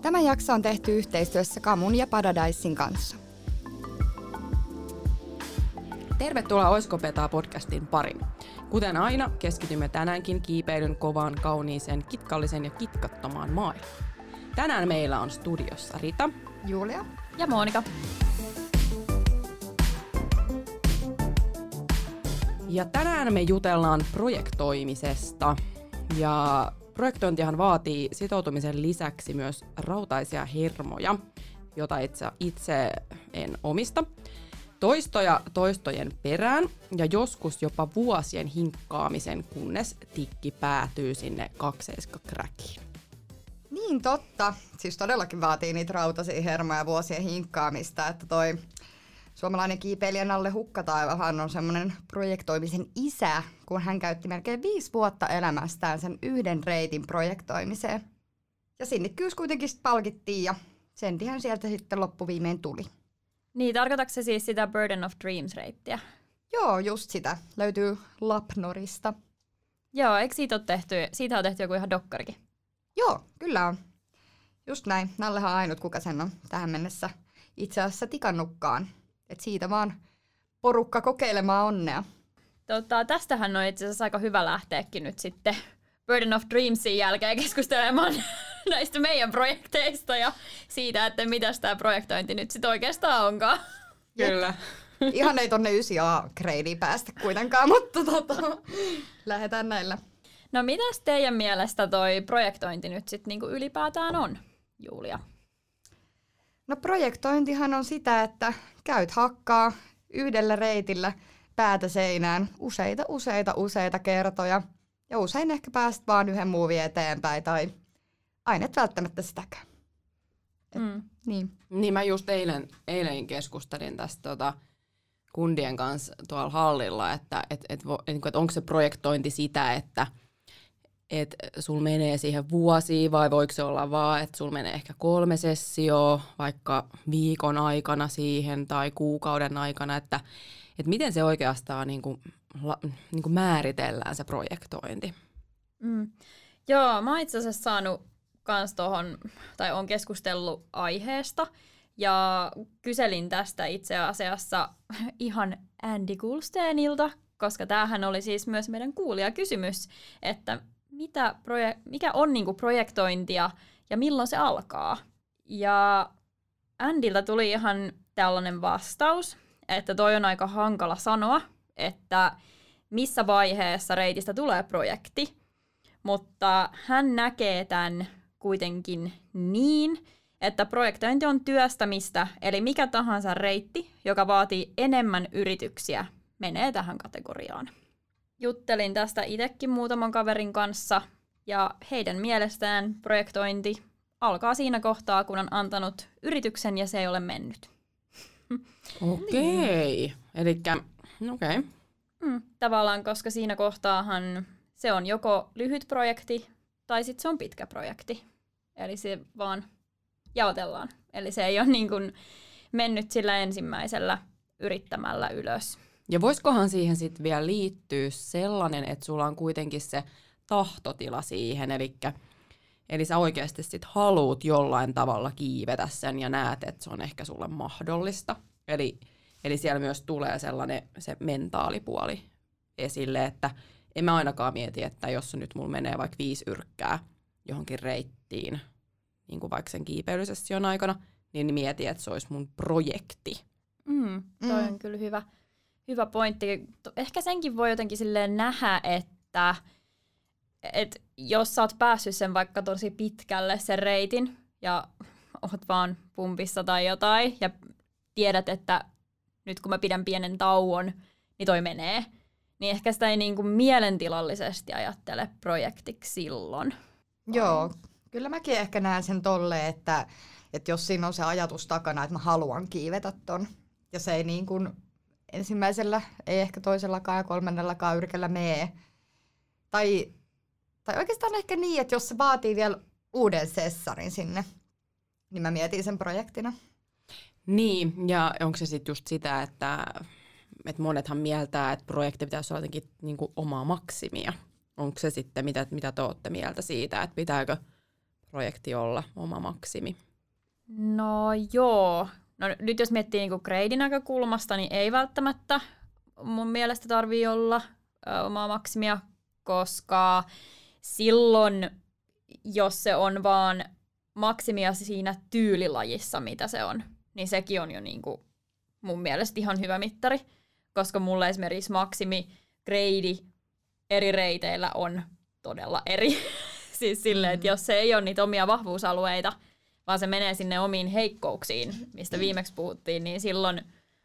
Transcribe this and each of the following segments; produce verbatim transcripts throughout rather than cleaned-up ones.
Tämä jakso on tehty yhteistyössä Kamun ja Paradisein kanssa. Tervetuloa Oisko Petaa podcastin pariin. Kuten aina, keskitymme tänäänkin kiipeilyn kovaan, kauniiseen, kitkallisen ja kitkattomaan maailmaan. Tänään meillä on studiossa Rita, Julia ja Monika. Ja tänään me jutellaan projektoimisesta. Ja projektointihan vaatii sitoutumisen lisäksi myös rautaisia hermoja, jota itse, itse en omista. Toistoja toistojen perään ja joskus jopa vuosien hinkkaamisen, kunnes tikki päätyy sinne kakseiskakräkiin. Niin totta. Siis todellakin vaatii niitä rautaisia hermoja vuosien hinkkaamista, että toi suomalainen kiipeilijä Nalle Hukkataivahan on semmoinen projektoimisen isä, kun hän käytti melkein viisi vuotta elämästään sen yhden reitin projektoimiseen. Ja sinnikkyys kuitenkin palkittiin ja sentihän sieltä sitten loppuviimein tuli. Niin, tarkoitatko se siis sitä Burden of Dreams-reittiä? Joo, just sitä. Löytyy Lapnorista. Joo, eikö siitä ole tehty, siitä on tehty joku ihan dokkarikin? Joo, kyllä on. Just näin. Nallehan on ainut, kuka sen on tähän mennessä itse asiassa tikannutkaan. Et siitä vaan porukka kokeilemaan onnea. Tota, tästähän on itse asiassa aika hyvä lähteäkin nyt sitten Burden of Dreamsin jälkeen keskustelemaan näistä meidän projekteista ja siitä, että mitä tämä projektointi nyt sitten oikeastaan onkaan. Kyllä. Ihan ei tonne ysi A-gradeen päästä kuitenkaan, mutta tota, lähdetään näillä. No mitäs teidän mielestä toi projektointi nyt sitten niinku ylipäätään on, Julia? No projektointihan on sitä, että käyt hakkaa yhdellä reitillä päätä seinään useita, useita, useita kertoja. Ja usein ehkä pääst vaan yhden muuvin eteenpäin tai aina et välttämättä sitäkään. Et, mm. Niin. Niin mä just eilen, eilen keskustelin tästä tota, kundien kanssa tuolla hallilla, että et, et, et, et onko se projektointi sitä, että et sul menee siihen vuosia vai voiko se olla vaan, että sul menee ehkä kolme sessioa vaikka viikon aikana siihen tai kuukauden aikana, että et miten se oikeastaan niin kuin, la, niin kuin määritellään se projektointi? Mm. Joo, mä oon itse asiassa saanut kans tohon, tai on keskustellut aiheesta, ja kyselin tästä itse asiassa ihan Andy Goulsteinilta, koska tämähän oli siis myös meidän kuulijakysymys, että mitä proje- mikä on niinku projektointia ja milloin se alkaa. Ja Andyltä tuli ihan tällainen vastaus, että toi on aika hankala sanoa, että missä vaiheessa reitistä tulee projekti, mutta hän näkee tämän kuitenkin niin, että projektointi on työstämistä, eli mikä tahansa reitti, joka vaatii enemmän yrityksiä, menee tähän kategoriaan. Juttelin tästä itsekin muutaman kaverin kanssa, ja heidän mielestään projektointi alkaa siinä kohtaa, kun on antanut yrityksen ja se ei ole mennyt. Okei, elikkä okei. Mm, tavallaan, koska siinä kohtaahan se on joko lyhyt projekti tai sitten se on pitkä projekti. Eli se vaan jaotellaan. Eli se ei ole niin kuin mennyt sillä ensimmäisellä yrittämällä ylös. Ja voisikohan siihen sitten vielä liittyä sellainen, että sulla on kuitenkin se tahtotila siihen, eli, eli sä oikeasti sitten haluut jollain tavalla kiivetä sen ja näet, että se on ehkä sulle mahdollista. Eli, eli siellä myös tulee sellainen se mentaalipuoli esille, että en mä ainakaan mieti, että jos nyt mulla menee vaikka viisi yrkkää johonkin reittiin, niin kuin vaikka sen kiipeilysession aikana, niin mieti, että se olisi mun projekti. Mm, toi Mm. on kyllä hyvä, hyvä pointti. Ehkä senkin voi jotenkin silleen nähdä, että et jos sä oot päässyt sen vaikka tosi pitkälle sen reitin ja oot vaan pumpissa tai jotain ja tiedät, että nyt kun mä pidän pienen tauon, niin toi menee, niin ehkä sitä ei niin kuin mielentilallisesti ajattele projektiksi silloin. Joo, kyllä mäkin ehkä näen sen tolle, että, että jos siinä on se ajatus takana, että mä haluan kiivetä ton, ja se ei niin kuin ensimmäisellä, ei ehkä toisellakaan ja kolmannellakaan yrkellä mee. Tai, tai oikeastaan ehkä niin, että jos se vaatii vielä uuden sessarin sinne, niin mä mietin sen projektina. Niin, ja onko se sitten just sitä, että, että monethan mieltää, että projekti pitäisi olla jotenkin niin kuin omaa maksimia. Onko se sitten, mitä, mitä te olette mieltä siitä, että pitääkö projekti olla oma maksimi? No joo. No nyt jos miettii niinku gradein näkökulmasta, niin ei välttämättä mun mielestä tarvii olla ö, omaa maksimia, koska silloin, jos se on vaan maksimia siinä tyylilajissa, mitä se on, niin sekin on jo niinku mun mielestä ihan hyvä mittari, koska mulle esimerkiksi maksimi grade eri reiteillä on todella eri. Siis silleen, että jos se ei ole niitä omia vahvuusalueita, vaan se menee sinne omiin heikkouksiin, mistä viimeksi puhuttiin, niin silloin,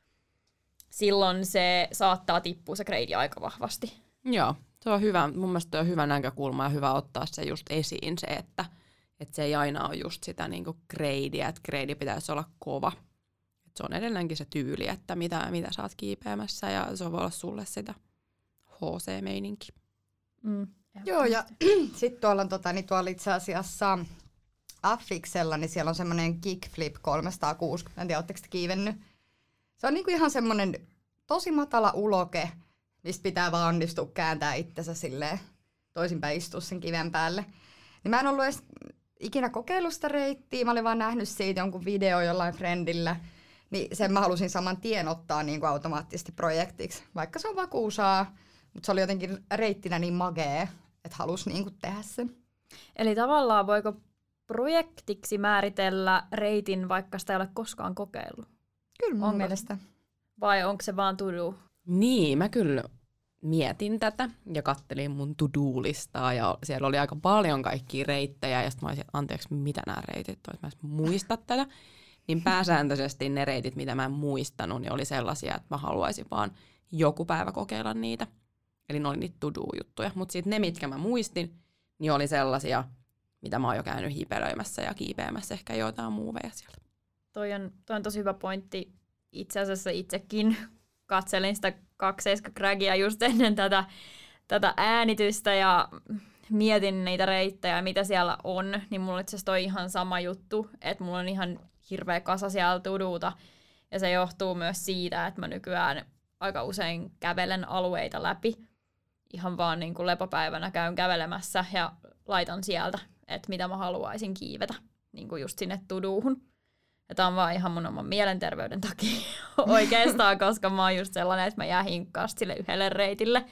silloin se saattaa tippua se grade aika vahvasti. Joo, se on hyvä. Mun mielestä on hyvä näkökulma ja hyvä ottaa se just esiin se, että, että se ei aina ole just sitä niinku gradea, että grade pitäisi olla kova. Et se on edelleenkin se tyyli, että mitä, mitä sä oot kiipeämässä ja se voi olla sulle sitä H C-meininki. Mm, Joo, ja sitten tuolla on tota, niin tuolla itse asiassa Affiksella, niin siellä on semmoinen kickflip kolmesataakuusikymmentä, en tiedä, ootteko te kiivennyt? Se on niinku ihan semmoinen tosi matala uloke, mistä pitää vaan onnistua kääntää itsensä silleen toisinpäin istua sen kiven päälle. Niin mä en ollut edes ikinä kokeillut sitä reittiä, mä olin vaan nähnyt siitä jonkun video jollain friendillä, niin sen mä halusin saman tien ottaa niinku automaattisesti projektiksi, vaikka se on vakuusaa, mutta se oli jotenkin reittinä niin magee, että halusi niinku tehdä sen. Eli tavallaan voiko projektiksi määritellä reitin, vaikka sitä ei ole koskaan kokeillut? Kyllä mun Onko? mielestä. Vai onko se vaan to do? Niin, mä kyllä mietin tätä ja kattelin mun to-do-listaa ja siellä oli aika paljon kaikkia reittejä ja sitten mä olisin, anteeksi, mitä nämä reitit on, että mä en muista tätä. Niin pääsääntöisesti ne reitit, mitä mä en muistanut, niin oli sellaisia, että mä haluaisin vaan joku päivä kokeilla niitä. Eli ne oli niitä to-do-juttuja. Mutta sitten ne, mitkä mä muistin, niin oli sellaisia, mitä mä oon jo käynyt hiipelöimässä ja kiipeämässä ehkä joitain muuveja sieltä. Toi on, toi on tosi hyvä pointti. Itse asiassa itsekin katselin sitä kakseiskä Cragia just ennen tätä, tätä äänitystä ja mietin niitä reittejä, mitä siellä on, niin mulla itse asiassa toi ihan sama juttu, että mulla on ihan hirveä kasa siellä tuduuta. Ja se johtuu myös siitä, että mä nykyään aika usein kävelen alueita läpi. Ihan vaan niin kuin lepopäivänä käyn kävelemässä ja laitan sieltä, että mitä mä haluaisin kiivetä niin kuin just sinne tuduuhun. Ja tää on vaan ihan mun oman mielenterveyden takia oikeastaan, koska mä oon just sellainen, että mä jää hinkkaa sille yhdelle reitille.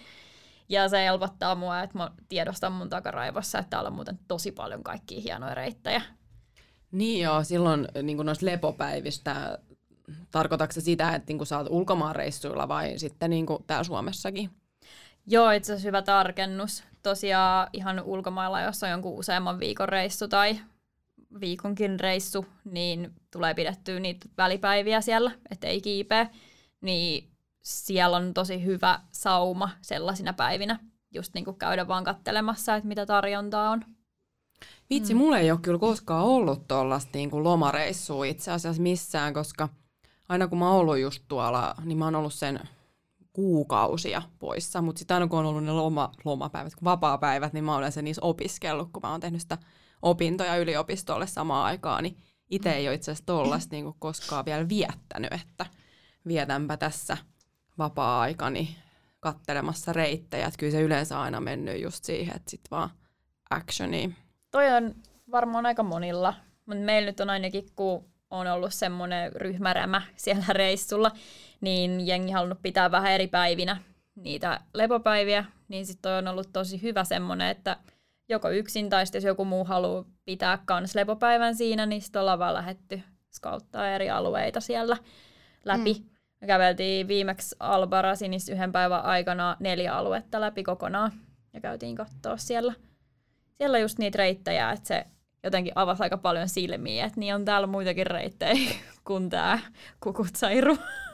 Ja se helpottaa mua, että mä tiedostan mun takaraivossa, että täällä on muuten tosi paljon kaikkia hienoja reittejä. Niin joo, silloin niin noista lepopäivistä, tarkoitatko se sitä, että niin sä oot ulkomaanreissuilla vai sitten niin täällä Suomessakin? Joo, itse asiassa hyvä tarkennus. Tosiaan ihan ulkomailla, jos on jonkun useamman viikon reissu tai viikonkin reissu, niin tulee pidettyä niitä välipäiviä siellä, ettei kiipeä. Niin siellä on tosi hyvä sauma sellaisina päivinä, just niin kuin käydä vaan kattelemassa, että mitä tarjontaa on. Vitsi, mm. mulla ei ole kyllä koskaan ollut tuollaista niin kuin lomareissua itse asiassa missään, koska aina kun mä oon ollut just tuolla, niin mä oon ollut sen kuukausia poissa, mutta sitten aina kun on ollut ne loma, lomapäivät, kun vapaapäivät, niin mä olen sen niissä opiskellut, kun mä oon tehnyt sitä opintoja yliopistolle samaan aikaan, niin itse ei ole itse asiassa tollaista niin koskaan vielä viettänyt, että vietänpä tässä vapaa-aikani kattelemassa reittejä, että kyllä se yleensä aina mennyt just siihen, että sit vaan actioniin. Toi on varmaan aika monilla, mutta meillä nyt on ainakin, kun on ollut semmoinen ryhmärämä siellä reissulla, niin jengi halunnut pitää vähän eri päivinä niitä lepopäiviä, niin sitten on ollut tosi hyvä semmoinen, että joko yksin tai jos joku muu haluaa pitää kans lepopäivän siinä, niin sitten ollaan vaan lähdetty skauttaa eri alueita siellä läpi. Mm. Me käveltiin viimeksi Albarrazinissa yhden päivän aikana neljä aluetta läpi kokonaan ja käytiin katsoa siellä, siellä just niitä reittejä, että se jotenkin avasi aika paljon silmiä, että niin on täällä muitakin reittejä kuin tää Kukutsairu.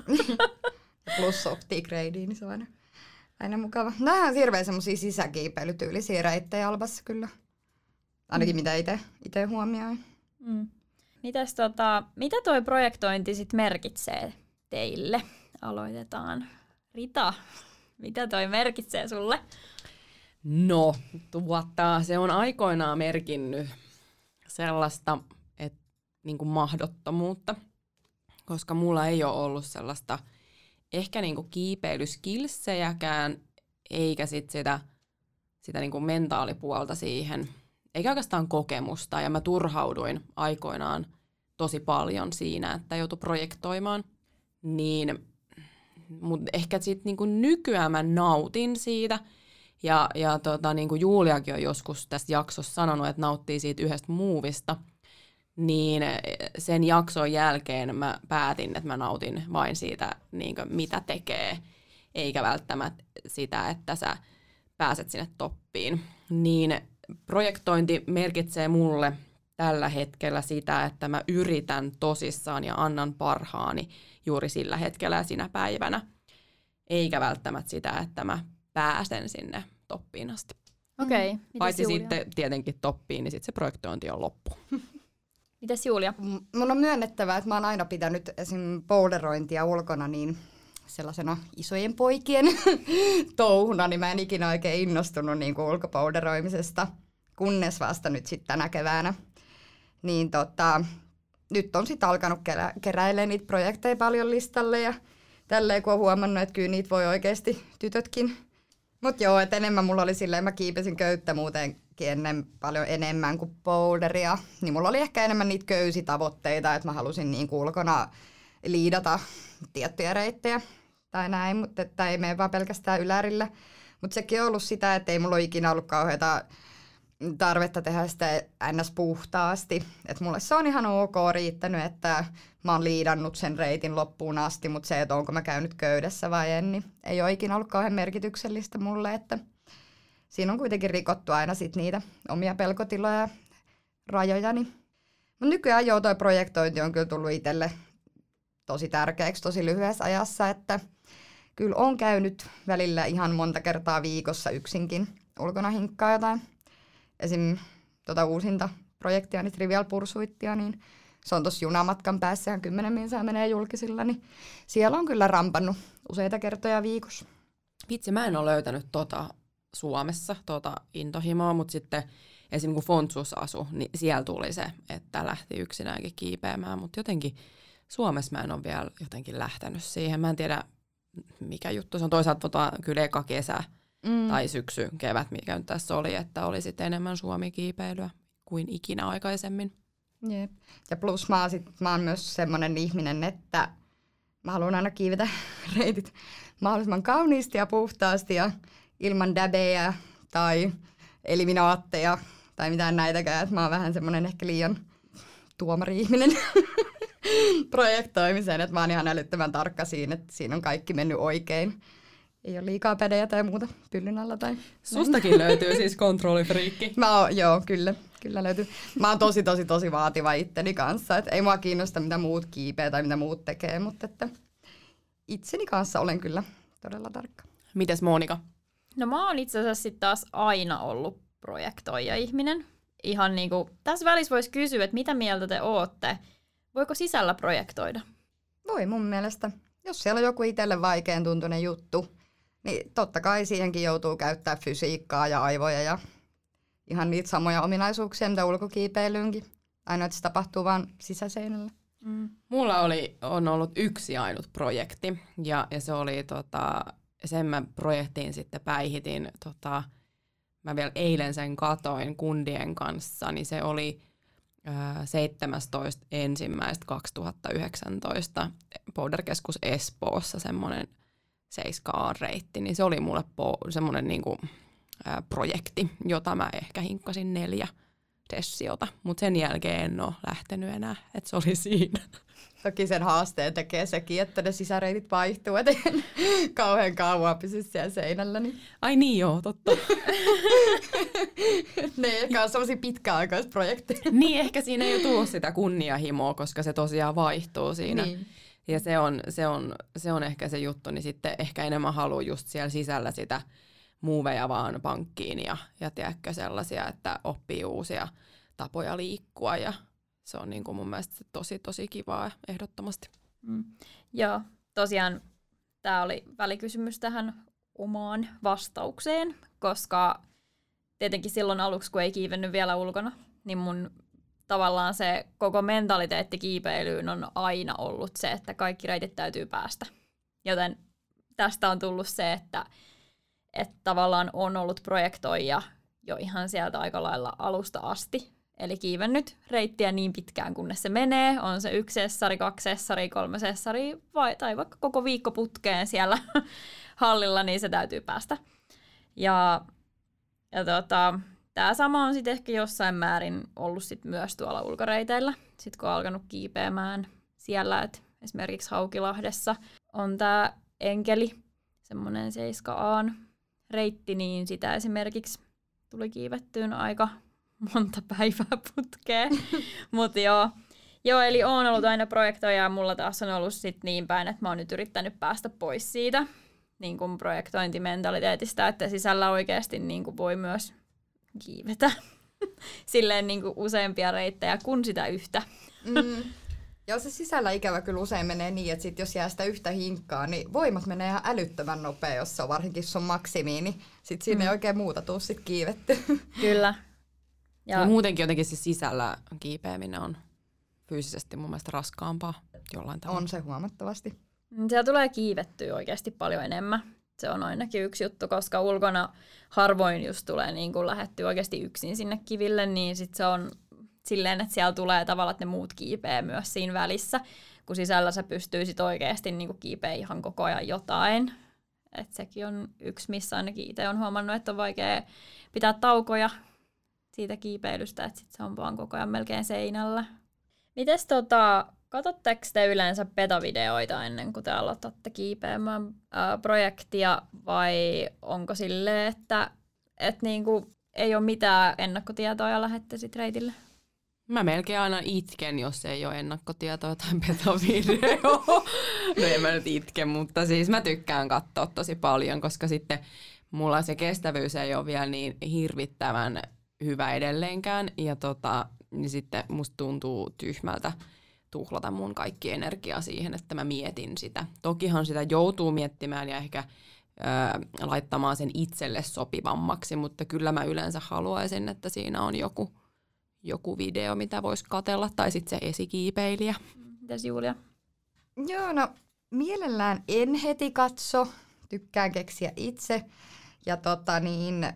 Plus Opti-grade, niin se on aina, aina mukava. Nämä on hirveän semmosia sisäkiipeilytyylisiä reittejä Albassa kyllä. Ainakin mm. mitä itse huomioin. Mm. Mitäs tota, mitä toi projektointi sit merkitsee teille? Aloitetaan. Rita, mitä toi merkitsee sulle? No, tuota, se on aikoinaan merkinnyt sellaista et, niin kuin mahdottomuutta, koska mulla ei ole ollut sellaista ehkä niin kuin kiipeilyskilsejäkään, eikä sit sitä, sitä niin kuin mentaalipuolta siihen. eikä oikeastaan kokemusta, ja mä turhauduin aikoinaan tosi paljon siinä, että joutui projektoimaan, niin mutta ehkä sitten niinku nykyään mä nautin siitä, ja, ja tota, niinku Juliakin on joskus tässä jaksossa sanonut, että nauttii siitä yhdestä muuvista, niin sen jakson jälkeen mä päätin, että mä nautin vain siitä, niinku, mitä tekee, eikä välttämättä sitä, että sä pääset sinne toppiin. Niin projektointi merkitsee mulle tällä hetkellä sitä, että mä yritän tosissaan ja annan parhaani juuri sillä hetkellä ja sinä päivänä, eikä välttämättä sitä, että mä pääsen sinne toppiin asti. Okei. Okay. Paitsi sitten tietenkin toppiin, niin sitten se projektointi on loppu. Mites Julia? Mun on myönnettävä, että mä oon aina pitänyt esim. Boulderointia ulkona niin sellaisena isojen poikien touhuna, niin mä en ikinä oikein innostunut niin kuin ulkopolderoimisesta, kunnes vasta nyt sitten tänä keväänä. Niin tota, nyt on sitten alkanut kerä- keräilemään niitä projekteja paljon listalle ja tälleen kun on huomannut, että kyllä niitä voi oikeasti tytötkin. Mutta joo, että enemmän mulla oli silleen, mä kiipesin köyttä muutenkin ennen paljon enemmän kuin boulderia, niin mulla oli ehkä enemmän niitä köysitavoitteita, että mä halusin niin ulkona liidata tiettyjä reittejä tai näin, mutta että ei mene vaan pelkästään ylärillä. Mutta sekin on ollut sitä, että ei mulla ole ikinä ollut kauheata tarvetta tehdä sitä ns. Puhtaasti. Että mulle se on ihan ok riittänyt, että mä oon liidannut sen reitin loppuun asti, mutta se, että onko mä käynyt köydessä vai en, niin ei ole ikinä ollut kauhean merkityksellistä mulle, että siinä on kuitenkin rikottu aina sit niitä omia pelkotiloja ja rajojani. Mutta nykyään joo, toi projektointi on kyllä tullut itselle tosi tärkeäksi tosi lyhyessä ajassa, että kyllä on käynyt välillä ihan monta kertaa viikossa yksinkin ulkona hinkkaa jotain. Esim. Tota uusinta projektia, niin Trivial Pursuitia, niin se on tuossa junamatkan päässä ihan kymmenen minsaa menee julkisilla, niin siellä on kyllä rampannut useita kertoja viikossa. Vitsi, mä en ole löytänyt tota Suomessa, tota intohimoa, mutta sitten esim. Kun Fontsus asui, niin siellä tuli se, että lähti yksinäänkin kiipeämään, mutta jotenkin Suomessa mä en ole vielä jotenkin lähtenyt siihen. Mä en tiedä, mikä juttu se on. Toisaalta tota, kyllä eka kesä mm. tai syksy, kevät, mikä nyt tässä oli, että oli sitten enemmän Suomi-kiipeilyä kuin ikinä aikaisemmin. Jep. Ja plus mä oon, sit, mä oon myös semmoinen ihminen, että mä haluan aina kiivetä reitit mahdollisimman kauniisti ja puhtaasti ja ilman däbejä tai eliminaatteja tai mitään näitäkään. Että mä oon vähän semmoinen ehkä liian tuomari-ihminen projektoimiseen, että mä oon ihan älyttömän tarkka siinä, että siinä on kaikki mennyt oikein. Ei ole liikaa pädejä tai muuta pyllyn alla. Tai sustakin löytyy siis kontrollifriikki. Mä oon, joo, kyllä, kyllä löytyy. Mä oon tosi, tosi, tosi vaativa itteni kanssa. Et ei mua kiinnosta, mitä muut kiipeä tai mitä muut tekee, mutta että itseni kanssa olen kyllä todella tarkka. Mites Monika? No mä oon itse asiassa sit taas aina ollut projektoija-ihminen. Ihan niinku, tässä välissä voisi kysyä, että mitä mieltä te ootte? Voiko sisällä projektoida? Voi mun mielestä. Jos siellä on joku itselle vaikean tuntuinen juttu, niin totta kai siihenkin joutuu käyttää fysiikkaa ja aivoja ja ihan niitä samoja ominaisuuksia, mitä ulkokiipeilyynkin. Ainoa, että se tapahtuu vaan sisäseinällä. Mm. Mulla oli, on ollut yksi ainut projekti ja, ja se oli, tota, sen mä projektiin sitten päihitin, tota, mä vielä eilen sen katoin kundien kanssa, niin se oli seitsemästoista ensimmäistä kaksituhattayhdeksäntoista Boulder-keskus Espoossa semmoinen seitsemän A-reitti, niin se oli mulle po- semmoinen niinku, ää, projekti, jota mä ehkä hinkkasin neljä sessiota, mutta sen jälkeen en ole lähtenyt enää, että se oli siinä. Toki sen haasteen tekee sekin, että ne sisäreitit vaihtuu, ettei kauhean kauan pysy siellä seinällä. Niin. Ai niin joo, totta. Ne ei ehkä ole sellaisia pitkäaikaisia projekteja. Niin, ehkä siinä ei ole tullut sitä kunnianhimoa, koska se tosiaan vaihtuu siinä. Niin. Ja se on, se, on, se on ehkä se juttu, niin sitten ehkä enemmän haluaa just siellä sisällä sitä muuveja vaan pankkiin ja, ja tiedätkö sellaisia, että oppii uusia tapoja liikkua ja se on niin kuin mun mielestä tosi, tosi kivaa ehdottomasti. Mm. Joo, tosiaan tämä oli välikysymys tähän omaan vastaukseen, koska tietenkin silloin aluksi, kun ei kiivennyt vielä ulkona, niin mun tavallaan se koko mentaliteetti kiipeilyyn on aina ollut se, että kaikki reitit täytyy päästä. Joten tästä on tullut se, että, että tavallaan on ollut projektoija jo ihan sieltä aika lailla alusta asti. Eli kiivennyt reittiä niin pitkään, kunnes se menee. On se yksi sessari, kaksi sessari, kolme sessari vai, tai vaikka koko viikko putkeen siellä hallilla, niin se täytyy päästä. Ja, ja tota, tämä sama on sitten ehkä jossain määrin ollut sit myös tuolla ulkoreiteillä. Sitten kun on alkanut kiipeämään siellä, että esimerkiksi Haukilahdessa on tämä enkeli, semmoinen seitsemän A reitti, niin sitä esimerkiksi tuli kiivettyyn aika monta päivää putkeen. Mutta joo. joo, eli oon ollut aina projektoija ja mulla taas on ollut sit niin päin, että mä oon nyt yrittänyt päästä pois siitä niin kuin projektointimentaliteetistä, että sisällä oikeasti niin kuin voi myös kiivetä silleen niin kuin useampia reittejä kuin sitä yhtä. Mm. Joo, se sisällä ikävä kyllä usein menee niin, että sit jos jää sitä yhtä hinkkaa, niin voimat menee ihan älyttömän nopea, jos se on varsinkin sun maksimiin, niin sit siinä mm. ei oikein muuta tuu sit kiivetty. Kyllä. Ja, ja muutenkin jotenkin se sisällä kiipeäminen on fyysisesti mun mielestä raskaampaa jollain tavalla. On se huomattavasti. Siellä tulee kiivettyä oikeasti paljon enemmän. Se on ainakin yksi juttu, koska ulkona harvoin just tulee niin kun lähdettyä oikeasti yksin sinne kiville, niin sit se on silleen, että siellä tulee tavallaan, että ne muut kiipeää myös siinä välissä, kun sisällä sä pystyisit oikeasti niin kun kiipeä ihan koko ajan jotain. Et sekin on yksi, missä ainakin itse on huomannut, että on vaikea pitää taukoja siitä kiipeilystä, että sit se on vaan koko ajan melkein seinällä. Mites tota, katsotteko te yleensä beta-videoita ennen kuin te aloitatte kiipeämään ää, projektia, vai onko silleen, että et niinku ei ole mitään ennakkotietoa ja lähdette sit reitille? Mä melkein aina itken, jos ei ole ennakkotietoa tai beta-video. No en mä nyt itke, mutta siis mä tykkään katsoa tosi paljon, koska sitten mulla se kestävyys ei ole vielä niin hirvittävän hyvä edelleenkään. Ja tota, niin sitten musta tuntuu tyhmältä tuhlata mun kaikki energiaa siihen, että mä mietin sitä. Tokihan sitä joutuu miettimään ja ehkä ö, laittamaan sen itselle sopivammaksi, mutta kyllä mä yleensä haluaisin, että siinä on joku joku video, mitä voisi katsella, tai sitten se esikiipeilijä. Mitäs Julia? Joo, no mielellään en heti katso, tykkään keksiä itse. Ja tota niin,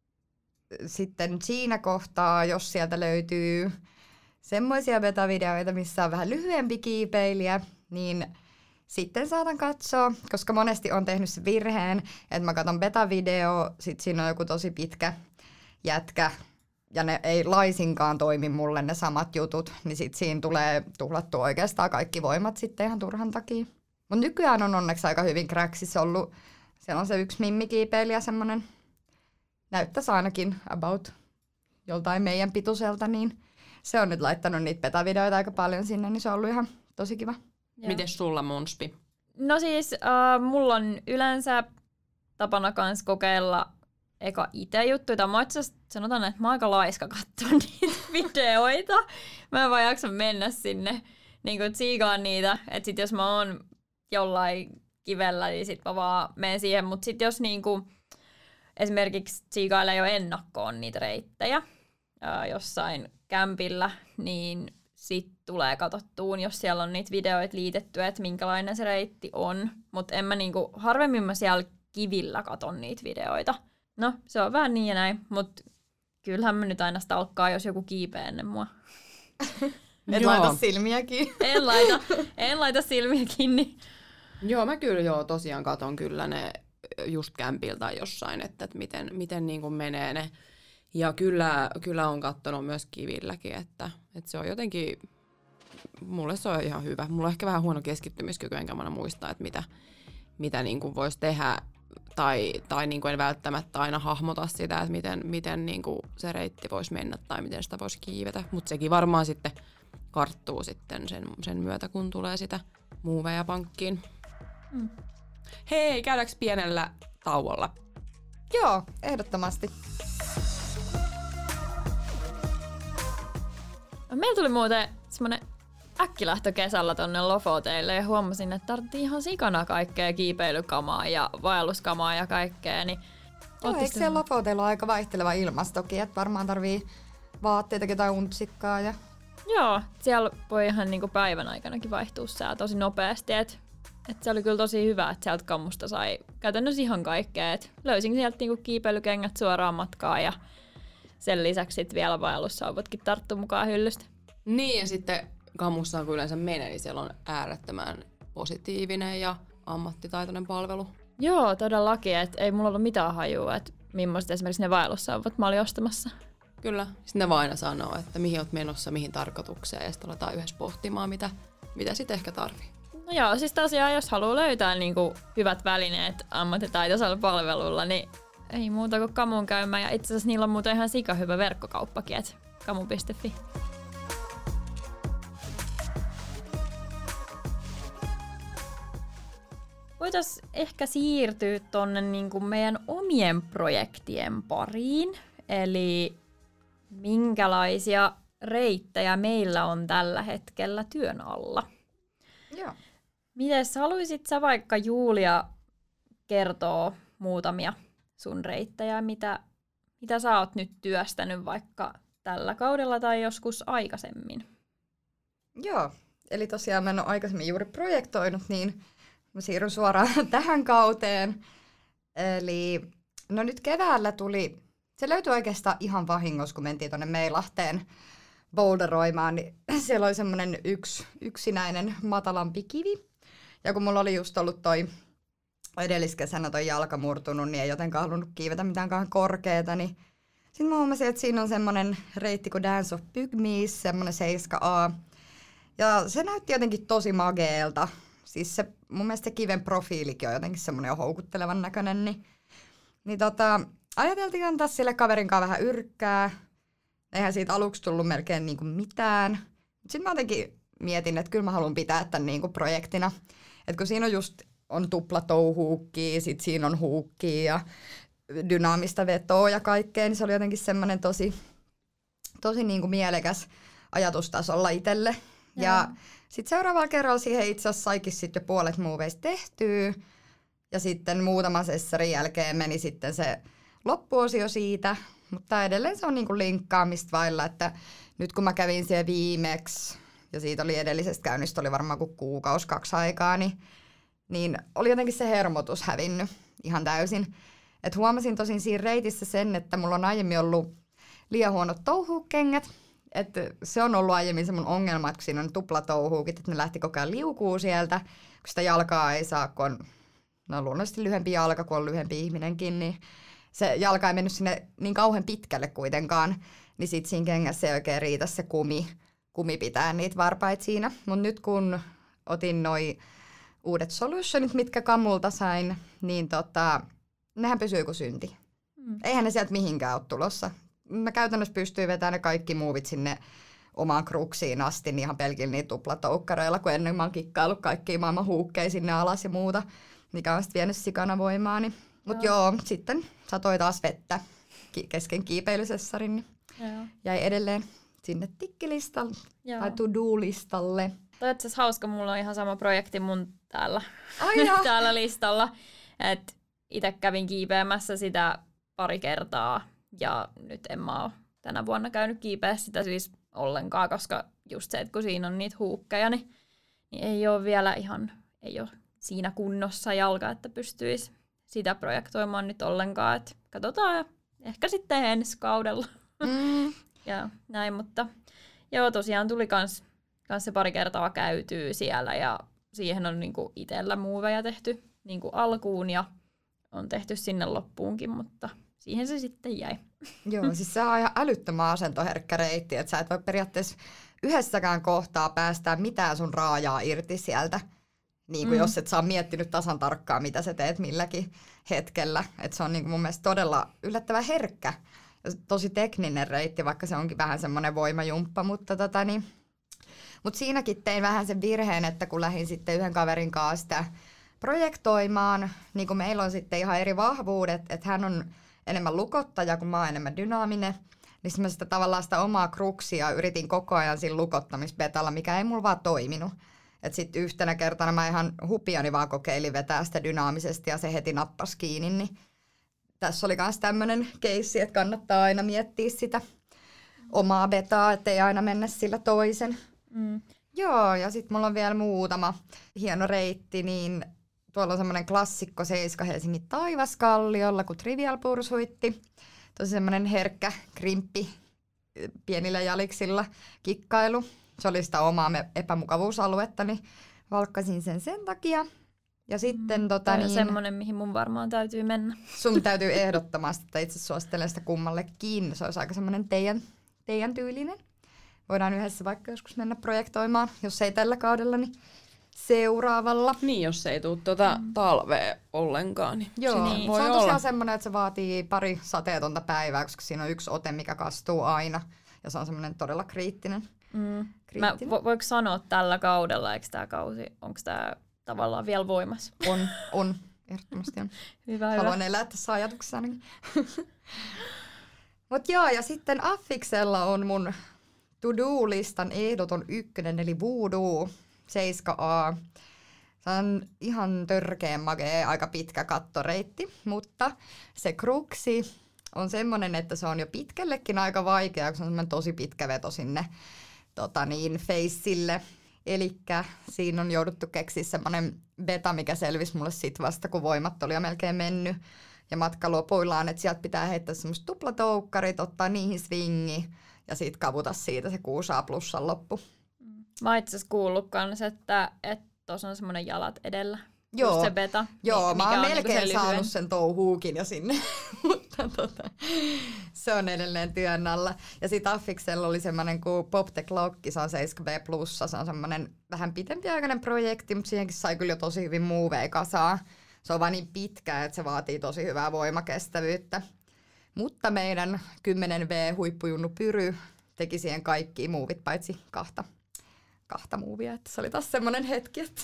sitten siinä kohtaa, jos sieltä löytyy semmoisia beta-videoita, missä on vähän lyhyempi kiipeilijä, niin sitten saatan katsoa, koska monesti on tehnyt se virheen, että mä katson beta-video, sit siinä on joku tosi pitkä jätkä, ja ne ei laisinkaan toimi mulle ne samat jutut, niin sit siinä tulee tuhlattua oikeastaan kaikki voimat sitten ihan turhan takia. Mut nykyään on onneksi aika hyvin kräksissä ollut. Siellä on se yksi mimmikiipeilijä semmonen, näyttäisi ainakin about joltain meidän pituiselta, niin se on nyt laittanut niitä beta-videoita aika paljon sinne, niin se on ollut ihan tosi kiva. Mites sulla, Monspi? No siis äh, mulla on yleensä tapana kans kokeilla eka itse juttuja. Mä itse sanotaan, että mä oon aika laiska katsoa niitä videoita. Mä en vaan jaksa mennä sinne niin tsiigaan niitä. Että sit jos mä oon jollain kivellä, niin sit mä vaan menen siihen. Mut sit jos niinku esimerkiksi tsiigailee jo ennakkoon niitä reittejä ää, jossain kämpillä, niin sit tulee katsottuun, jos siellä on niitä videoita liitetty, että minkälainen se reitti on. Mut en mä niinku, harvemmin mä siellä kivillä katon niitä videoita. No, se on vähän niin ja näin, mutta kyllähän mä nyt aina stalkkaa, jos joku kiipeää ennen mua. Et laita silmiä kiinni. En laita, en laita silmiä kiinni. Joo, mä kyllä joo, tosiaan katon kyllä ne just kämpiltä jossain, että, että miten, miten niin kuin menee ne. Ja kyllä, kyllä on katsonut myös kivilläkin, että, että se on jotenkin, mulle se on ihan hyvä. Mulla on ehkä vähän huono keskittymiskyky, enkä mä muista, että mitä, mitä niin kuin voisi tehdä. Tai, tai niin kuin en välttämättä aina hahmota sitä, että miten, miten niin kuin se reitti voisi mennä tai miten sitä voisi kiivetä. Mutta sekin varmaan sitten karttuu sitten sen, sen myötä, kun tulee sitä muuveja pankkiin. Mm. Hei, käydäänkö pienellä tauolla? Joo, ehdottomasti. Meillä tuli muuten semmoinen äkkilähtö kesällä tonne Lofoteille ja huomasin, että tarvittiin ihan sikana kaikkea kiipeilykamaa ja vaelluskamaa ja kaikkea. Niin joo, eikö siellä Lofoteilla ole aika vaihteleva ilmastokin, että varmaan tarvii vaatteitakin tai untsikkaa. Ja... Joo, siellä voi ihan niinku päivän aikanakin vaihtua sää tosi nopeasti. Et, et se oli kyllä tosi hyvä, että sieltä kammusta sai käytännössä ihan kaikkea. Et löysin sieltä niinku kiipeilykengät suoraan matkaan ja sen lisäksi sit vielä vaellussauvotkin tarttu mukaan hyllystä. Niin, ja sitten Kamussa kun yleensä menee, niin siellä on äärettömän positiivinen ja ammattitaitoinen palvelu. Joo, todellakin. Et ei mulla ollut mitään hajua, että millaiset esimerkiksi ne vaellussauvat mä olin ostamassa. Kyllä. Sitten ne vaan aina sanoo, että mihin olet menossa, mihin tarkoitukseen, ja sitten aletaan yhdessä pohtimaan, mitä, mitä sitten ehkä tarvii. No joo, siis tosiaan jos haluaa löytää niinku hyvät välineet ammattitaitoisella palvelulla, niin ei muuta kuin Kamuun käymään. Ja itse asiassa niillä on muuten ihan sika hyvä verkkokauppakin, että kamu piste fi. Voitaisiin ehkä siirtyä tuonne niinku meidän omien projektien pariin. Eli minkälaisia reittejä meillä on tällä hetkellä työn alla. Joo. Mites haluaisit sä vaikka Julia kertoa muutamia sun reittejä, mitä, mitä sä oot nyt työstänyt vaikka tällä kaudella tai joskus aikaisemmin? Joo, eli tosiaan mä en ole aikaisemmin juuri projektoinut, niin mä siirryn suoraan tähän kauteen. Eli no nyt keväällä tuli, se löytyi oikeastaan ihan vahingossa, kun mentiin tuonne Meilahteen boulderoimaan, niin siellä oli semmoinen yksi, yksinäinen matalampi kivi. Ja kun mulla oli just ollut toi edelliskesänä toi jalka murtunut, niin ei jotenkaan halunnut kiivetä mitään korkeata, niin sitten mä huomasin, että siinä on semmoinen reitti kuin Dance of Pygmies, semmoinen seitsemän A. Ja se näytti jotenkin tosi mageelta. Siis se, mun mielestä se kiven profiilikin on jotenkin semmoinen houkuttelevan näköinen, niin, niin tota, ajateltiin antaa sille kaverin kanssa vähän yrkkää. Eihän siitä aluksi tullut melkein niinku mitään. Sitten mä jotenkin mietin, että kyllä mä haluan pitää tämän niinku projektina. Että kun siinä on just on tuplatouhuukkia, sit siinä on huukkia ja dynaamista vetoa ja kaikkea, niin se oli jotenkin semmoinen tosi, tosi niinku mielekäs ajatustasolla itselle. Ja, ja sitten seuraavalla kerralla siihen itse asiassa saikin sitten jo puolet muuveista tehtyä. Ja sitten muutaman sessarin jälkeen meni sitten se loppuosio siitä. Mutta edelleen se on niinku linkkaamista vailla, että nyt kun mä kävin siellä viimeksi, ja siitä oli edellisestä käynnistä, oli varmaan kuin kuukausi, kaksi aikaa, niin, niin oli jotenkin se hermotus hävinnyt ihan täysin. Et huomasin tosin siinä reitissä sen, että mulla on aiemmin ollut liian huonot touhukengät. Että se on ollut aiemmin se mun ongelma, että kun siinä on tuplatouhuukit, että ne lähti koko ajan liukuu sieltä, kun sitä jalkaa ei saa, kun on no, luonnollisesti lyhyempi jalka, kun on lyhyempi ihminenkin, niin se jalka ei mennyt sinne niin kauhean pitkälle kuitenkaan, niin sit siinä kengässä ei oikein riitä se kumi, kumi pitää niitä varpaita siinä. Mutta nyt kun otin noi uudet solutionit, mitkä Kamulta sain, niin tota, nehän pysyy kuin synti. Mm. Eihän ne sieltä mihinkään ole tulossa. Mä käytännössä pystyin vetämään ne kaikki muuvit sinne omaan kruksiin asti, niin ihan pelkillä niitä tuplatoukkareilla, kun ennen mä oon kikkaillut kaikkia maailman huukkeja sinne alas ja muuta, mikä on sitten vienyt sikana voimaa. Niin. Mutta joo. joo, sitten satoi taas vettä kesken kiipeilysessarin, niin joo. jäi edelleen sinne tikkilistalle tai to-do-listalle. Toi on itse asiassa hauska, mulla on ihan sama projekti mun täällä, täällä listalla. Et itse kävin kiipeämässä sitä pari kertaa ja nyt en mä oo tänä vuonna käynyt kiipeä sitä siis ollenkaan, koska just se, että kun siinä on niitä huukkeja, niin, niin ei ole vielä ihan ei ole siinä kunnossa jalka, että pystyisi sitä projektoimaan nyt ollenkaan. Et katsotaan ehkä sitten ensi kaudella. Mm. ja näin, mutta joo, tosiaan tuli kans, kans se pari kertaa käytyy siellä ja siihen on niinku itsellä muuveja tehty niinku alkuun ja on tehty sinne loppuunkin, mutta siihen se sitten jäi. Joo, siis se on ihan älyttömän asentoherkkä reitti, että sä et voi periaatteessa yhdessäkään kohtaa päästää mitään sun raajaa irti sieltä. Niin kuin mm. jos et saa miettinyt tasan tarkkaan, mitä sä teet milläkin hetkellä. Että se on niin kuin mun mielestä todella yllättävän herkkä ja tosi tekninen reitti, vaikka se onkin vähän semmoinen voimajumppa. Mutta tota niin, mut siinäkin tein vähän sen virheen, että kun lähdin sitten yhden kaverin kanssa sitä projektoimaan, niin kuin meillä on sitten ihan eri vahvuudet, että hän on enemmän lukottaja, kun mä oon enemmän dynaaminen, niin mä sitä tavallaan sitä omaa kruksia yritin koko ajan siinä lukottamisbetalla, mikä ei mulla vaan toiminut. Että sitten yhtenä kertana mä ihan hupiani vaan kokeilin vetää sitä dynaamisesti ja se heti nappasi kiinni. Niin tässä oli myös tämmöinen keissi, että kannattaa aina miettiä sitä omaa betaa, ettei aina mennä sillä toisen. Mm. Joo, ja sitten mulla on vielä muutama hieno reitti, niin tuolla on semmoinen klassikko seiska Helsingin Taivaskalliolla, kun Trivial Pursuitti. tosi semmoinen herkkä krimppi pienillä jaliksilla kikkailu. Se oli sitä omaa epämukavuusaluetta, niin valkkasin sen sen takia. Ja sitten mm, tota niin... semmoinen, mihin mun varmaan täytyy mennä. Sun täytyy ehdottomasti, että itse suosittelen sitä kummallekin. Se olisi aika semmoinen teidän, teidän tyylinen. Voidaan yhdessä vaikka joskus mennä projektoimaan, jos ei tällä kaudella, niin seuraavalla. Niin, jos ei tule tuota mm. talvea ollenkaan. Niin joo, niin. Voi se on olla. tosiaan semmoinen, että se vaatii pari sateetonta päivää, koska siinä on yksi ote, mikä kastuu aina. Ja se on semmoinen todella kriittinen. Mm. kriittinen. Mä, vo, voiko sanoa tällä kaudella, eikö tämä kausi, onko tämä tavallaan vielä voimassa? On, on. Ehdottomasti on. Hyvä, Haluan hyvä. elää tässä ajatuksessa ainakin. Mut joo, ja sitten Affiksella on mun to-do-listan ehdoton ykkönen, eli Voodoo seitsemän A. Se on ihan törkeen magee, aika pitkä kattoreitti, mutta se kruksi on semmoinen, että se on jo pitkällekin aika vaikea, kun se on semmoinen tosi pitkä veto sinne tota niin, faceille. Elikkä siinä on jouduttu keksiä semmoinen beta, mikä selvisi mulle sit vasta, kun voimat oli jo melkein mennyt. Ja matka lopuillaan, että sieltä pitää heittää semmoiset tuplatoukkarit, ottaa niihin swingi ja sit kavuta siitä se kuusi A plussan loppu. Mä oon itse asiassa kuullut kans, että tuossa on semmoinen jalat edellä. Joo, just se beta. joo mä oon on melkein niinku saanut lyhyen. sen touhuukin jo sinne, mutta tota, se on edelleen työn alla. Ja sit Affiksella oli semmoinen kuin Pop the Clock, se on seitsemän B plussa, se on semmoinen vähän pitempiaikainen projekti, mutta siihenkin sai kyllä jo tosi hyvin muuveja kasaan. Se on vaan niin pitkä, että se vaatii tosi hyvää voimakestävyyttä. Mutta meidän kymmenen V huippujunnu Pyry teki siihen kaikki muuvit paitsi kahta. kahta muuvia, että se oli taas semmoinen hetki, että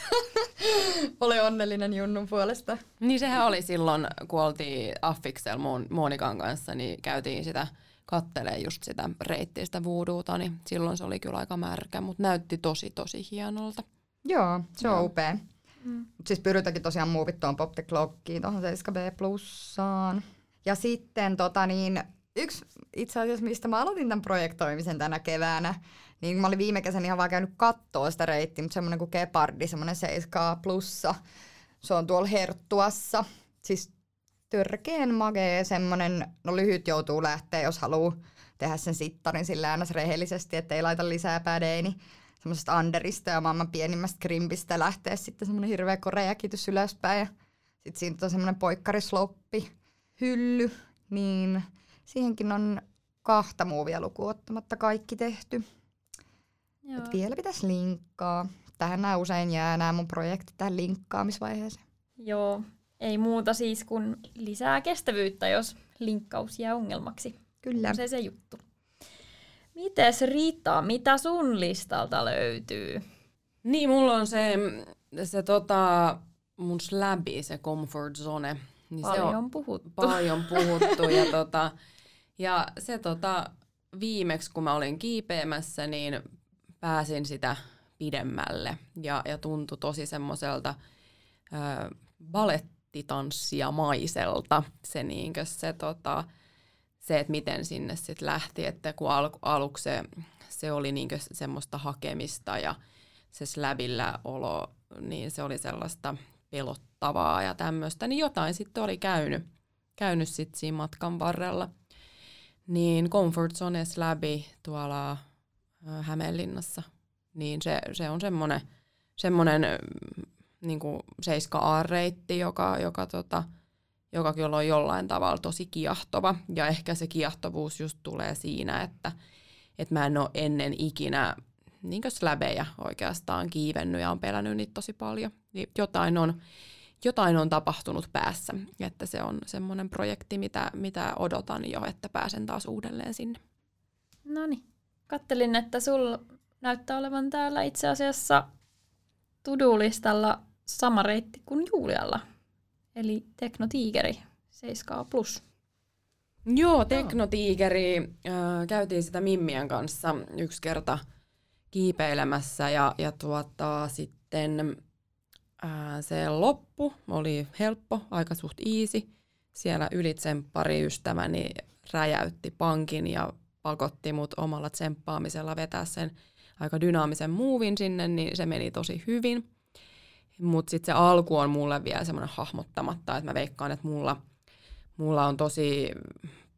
ole onnellinen Junnun puolesta. Niin sehän oli silloin, kun oltiin Affiksella Monikan kanssa, niin käytiin sitä kattelee just sitä reittiä, sitä voodoo'ta, niin silloin se oli kyllä aika märkä, mutta näytti tosi tosi hienolta. Joo, se on Joo. upea. Mm. Siis Pyrytäkin tosiaan muuvit tuon Pop the Clockiin, tuohon seitsemän B plussaan. Ja sitten tota niin, yksi itse asiassa, mistä mä aloitin tämän projektoimisen tänä keväänä, niin mä olin viime kesän ihan vaan käynyt kattoo sitä reittiä, mutta semmoinen kuin Gepardi, semmoinen seitsemän A plussa. Se on tuolla Herttuassa. Siis törkeen magee semmoinen, no lyhyt joutuu lähteä, jos haluaa tehdä sen sittarin sillä äänes rehellisesti, ettei laita lisää pädejä, niin semmoisesta underista ja maailman pienimmästä krimpistä lähtee sitten semmoinen hirveä koreakitys ylöspäin. Ja sitten siinä on semmoinen poikkarisloppi, hylly, niin siihenkin on kahta muuvia lukuun ottamatta kaikki tehty. Joo. Et vielä pitäisi linkkaa. Tähän nämä usein jää nämä mun projektit tähän linkkaamisvaiheeseen. Joo, ei muuta siis kuin lisää kestävyyttä, jos linkkaus jää ongelmaksi. Kyllä. Se se juttu. Mites Riitta, mitä sun listalta löytyy? Niin, mulla on se, se tota, mun släbi, se comfort zone. Niin paljon se on puhuttu. Paljon puhuttu. ja, tota, ja se tota, viimeksi, kun mä olin kiipeämässä, niin pääsin sitä pidemmälle. Ja, ja tuntui tosi semmoiselta äh, balettitanssijamaiselta se, niinkö, se, tota, se, että miten sinne sitten lähti. Että kun al, aluksi se, se oli niinkö semmoista hakemista ja se släbillä olo, niin se oli sellaista pelottavaa ja tämmöistä, niin jotain sitten oli käynyt, käynyt sit siinä matkan varrella. Niin Comfort Zone Släbi tuolla äh, Hämeenlinnassa, niin se, se on semmoinen semmonen, niinku seitsemän A-reitti, joka, joka, tota, joka kyllä on jollain tavalla tosi kiehtova. Ja ehkä se kiehtovuus just tulee siinä, että et mä en ole ennen ikinä niinkö släbejä oikeastaan kiivennyt ja on pelännyt niitä tosi paljon. Niin jotain on, jotain on tapahtunut päässä, että se on semmoinen projekti, mitä, mitä odotan jo, että pääsen taas uudelleen sinne. Noniin. Kattelin, että sul näyttää olevan täällä itse asiassa to-do-listalla sama reitti kuin Julialla. Eli Teknotiigeri seitsemän A plus. Joo, Teknotiigeri. Äh, käytiin sitä Mimmien kanssa yksi kerta kiipeilemässä ja, ja tuota, sitten ää, se loppu oli helppo, aika suht easy. Siellä ylitsemppari ystäväni räjäytti pankin ja pakotti mut omalla tsemppaamisella vetää sen aika dynaamisen muuvin sinne, niin se meni tosi hyvin. Mutta sitten se alku on mulle vielä semmoinen hahmottamatta, että mä veikkaan, että mulla, mulla on tosi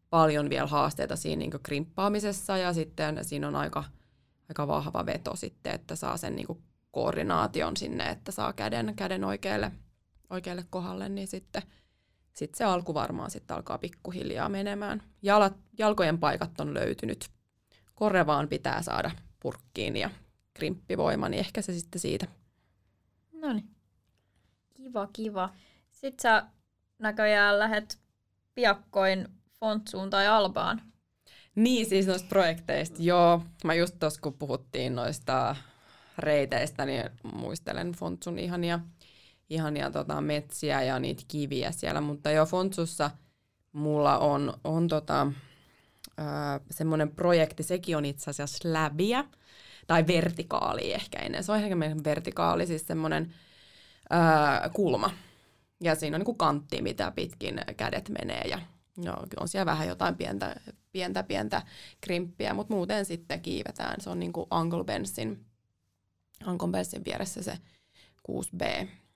paljon vielä haasteita siinä niin kuin krimppaamisessa ja sitten siinä on aika, aika vahva veto sitten, että saa sen niin kuin koordinaation sinne, että saa käden, käden oikealle, oikealle kohdalle, niin sitten sit se alku varmaan sitten alkaa pikkuhiljaa menemään. Jalat, jalkojen paikat on löytynyt. Korre vaan pitää saada purkkiin ja krimppivoima, niin ehkä se sitten siitä. Noniin. Kiva, kiva. Sitten sä näköjään lähet piakkoin Fontsuun tai Albaan. Niin, siis noista projekteista. Joo, mä just tuossa kun puhuttiin noista reiteistä, niin muistelen Fontsun ihania, ihania tota, metsiä ja niitä kiviä siellä. Mutta joo, Fontsussa mulla on, on tota, äh, semmoinen projekti, sekin on itse asiassa läbiä, tai vertikaali ehkä ennen. Se on ehkä meidän vertikaali, siis semmoinen äh, kulma. Ja siinä on niin kuin kantti, mitä pitkin kädet menee ja no, on siellä vähän jotain pientä, pientä, pientä krimppiä, mutta muuten sitten kiivetään. Se on niin kuin Uncle Bensin, Uncle Bensin vieressä se kuusi B,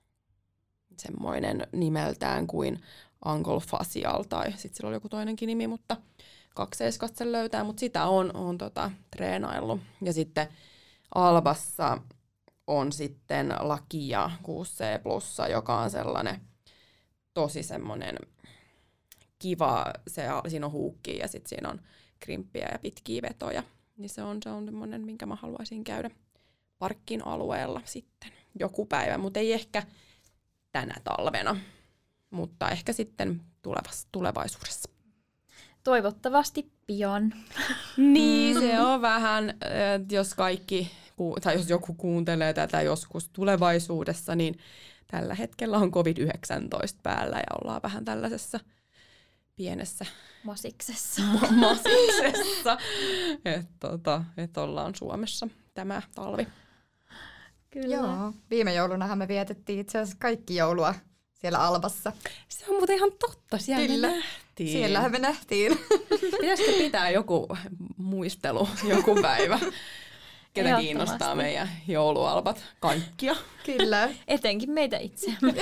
semmoinen nimeltään kuin Uncle Facial, tai sitten sillä oli joku toinenkin nimi, mutta kakseiskasta sen löytää, mutta sitä on, on tota, treenaillut. Ja sitten Albassa on sitten Lakia kuusi C plussa, joka on sellainen tosi semmoinen kiva, se, siinä on huukkia ja sitten siinä on krimppiä ja pitkiä vetoja. Niin se on, se on semmoinen, minkä mä haluaisin käydä parkkin alueella sitten joku päivä, mutta ei ehkä tänä talvena, mutta ehkä sitten tulevassa, tulevaisuudessa. Toivottavasti pian. Niin, se on vähän, jos kaikki, tai jos joku kuuntelee tätä joskus tulevaisuudessa, niin tällä hetkellä on covid yhdeksäntoista päällä ja ollaan vähän tällaisessa pienessä masiksessa, masiksessa että tota, et ollaan Suomessa tämä talvi. Kyllä. Joo. Viime joulunahan me vietettiin itse asiassa kaikki joulua siellä Albassa. Se on muuten ihan totta, siellä Kyllä. me nähtiin. Siellähän me nähtiin. Pitäisikö pitää joku muistelu, joku päivä? Ketä kiinnostaa meidän joulualbat? Kaikkia. Kyllä. Etenkin meitä itseämme.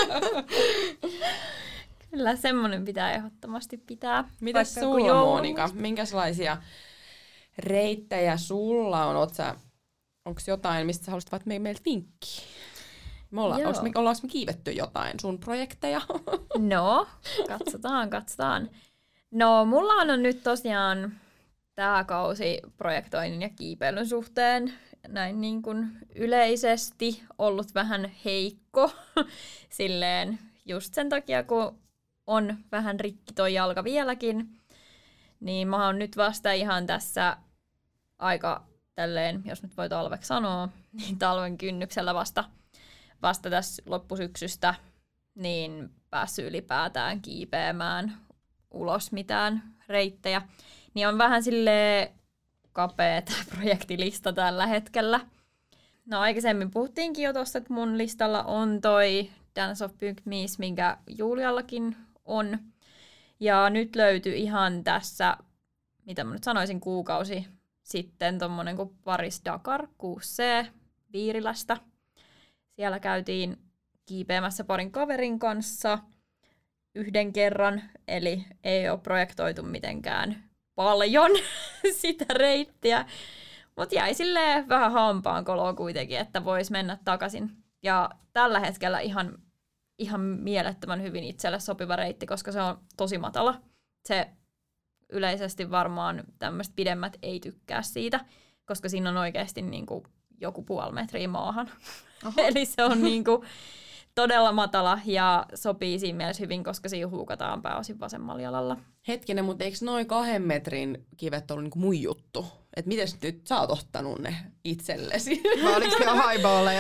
Kyllä, semmoinen pitää ehdottomasti pitää. Mitäs sulla, Monika? Minkälaisia reittejä sulla on? Onko jotain, mistä sä haluaisit vaikka meiltä vinkkiä? Me ollaan, me, ollaanko me kiivetty jotain sun projekteja? No, katsotaan, katsotaan. No, mulla on nyt tosiaan tämä kausi projektoinnin ja kiipeilyn suhteen näin niin kuin yleisesti ollut vähän heikko. Silleen just sen takia, kun on vähän rikki toi jalka vieläkin, niin mä oon nyt vasta ihan tässä aika tälleen, jos nyt voi talveksi sanoa, niin talven kynnyksellä vasta, vasta tässä loppusyksystä niin päässyt ylipäätään kiipeämään ulos mitään reittejä. Niin on vähän silleen kapea tämä projektilista tällä hetkellä. No aikaisemmin puhuttiinkin jo tuossa, että mun listalla on toi Dance of Pygmies, minkä Juliallakin on. Ja nyt löytyi ihan tässä, mitä mä nyt sanoisin, kuukausi sitten tommonen kuin Paris Dakar kuusi C Viirilästä. Siellä käytiin kiipeämässä parin kaverin kanssa yhden kerran, eli ei ole projektoitu mitenkään paljon sitä reittiä. Mutta jäi silleen vähän hampaan koloa kuitenkin, että vois mennä takaisin. Ja tällä hetkellä ihan, ihan mielettömän hyvin itselle sopiva reitti, koska se on tosi matala. Se yleisesti varmaan tämmöiset pidemmät ei tykkää siitä, koska siinä on oikeasti niinku joku puoli metriä maahan. Eli se on niinku todella matala ja sopii siinä mielessä hyvin, koska siinä huukataan pääosin vasemmalla jalalla. Hetkinen, mutta eikö noin kahden metrin kivet ollut niinku mun juttu? Että miten nyt sä oot ottanut ne itsellesi? Vai oliko ne highballeja?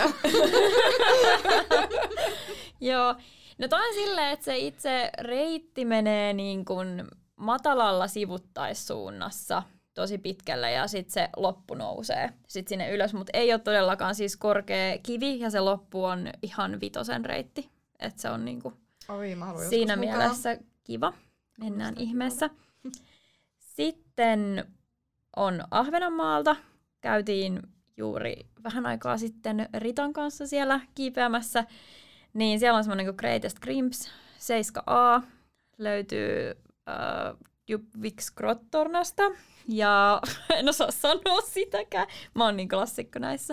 Joo. No toi on silleen, että se itse reitti menee niin kuin matalalla sivuttaissuunnassa tosi pitkälle ja sitten se loppu nousee sitten sinne ylös, mutta ei ole todellakaan siis korkea kivi ja se loppu on ihan vitosen reitti. Että se on niinku Oi, siinä mielessä mukaan. Kiva. Mennään Musta ihmeessä. Kiva. Sitten on Ahvenanmaalta. Käytiin juuri vähän aikaa sitten Ritan kanssa siellä kiipeämässä. Niin siellä on semmoinen kuin Greatest Crimps seitsemän A. Löytyy äh, Djupviksgrottornasta. Ja en osaa sanoa sitäkään. Mä oon niin klassikko näissä.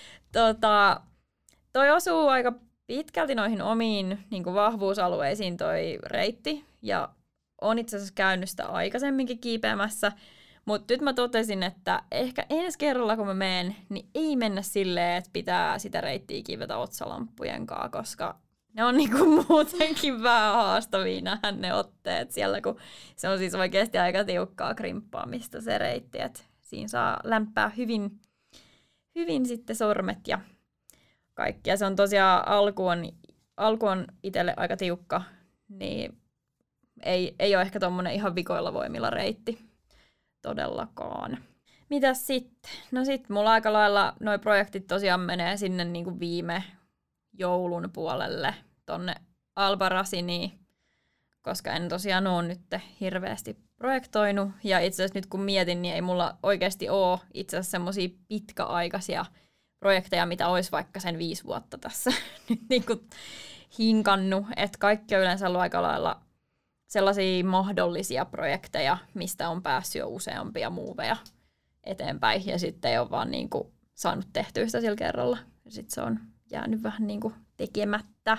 Tota, toi osuu aika pitkälti noihin omiin niin kuin vahvuusalueisiin toi reitti. Ja on itse asiassa käynyt sitä aikaisemminkin kiipeämässä. Mutta nyt mä totesin, että ehkä ensi kerralla kun mä menen, niin ei mennä silleen, että pitää sitä reittiä kivetä otsalamppujen kanssa, koska ne on niinku muutenkin vähän haastavia nähdä ne otteet siellä, kun se on siis oikeasti aika tiukkaa krimppaamista se reitti, että siinä saa lämpää hyvin, hyvin sitten sormet ja kaikki. Ja se on tosiaan alku on, alku on itselle aika tiukka, niin ei, ei ole ehkä tommonen ihan vikoilla voimilla reitti. Todellakaan. Mitäs sitten? No sit mulla aika lailla noi projektit tosiaan menee sinne niinku viime joulun puolelle tonne Albarraciniin, koska en tosiaan oo nyt hirveästi projektoinut. Ja itse asiassa nyt kun mietin, niin ei mulla oikeasti oo itse asiassa semmosia pitkäaikaisia projekteja, mitä olisi vaikka sen viisi vuotta tässä nyt niinku hinkannut. Että kaikki on yleensä ollut aika lailla sellaisia mahdollisia projekteja, mistä on päässyt jo useampia muuveja eteenpäin ja sitten ei ole vaan niin kuin saanut tehtyä sitä sillä kerralla. Ja sitten se on jäänyt vähän niin kuin tekemättä.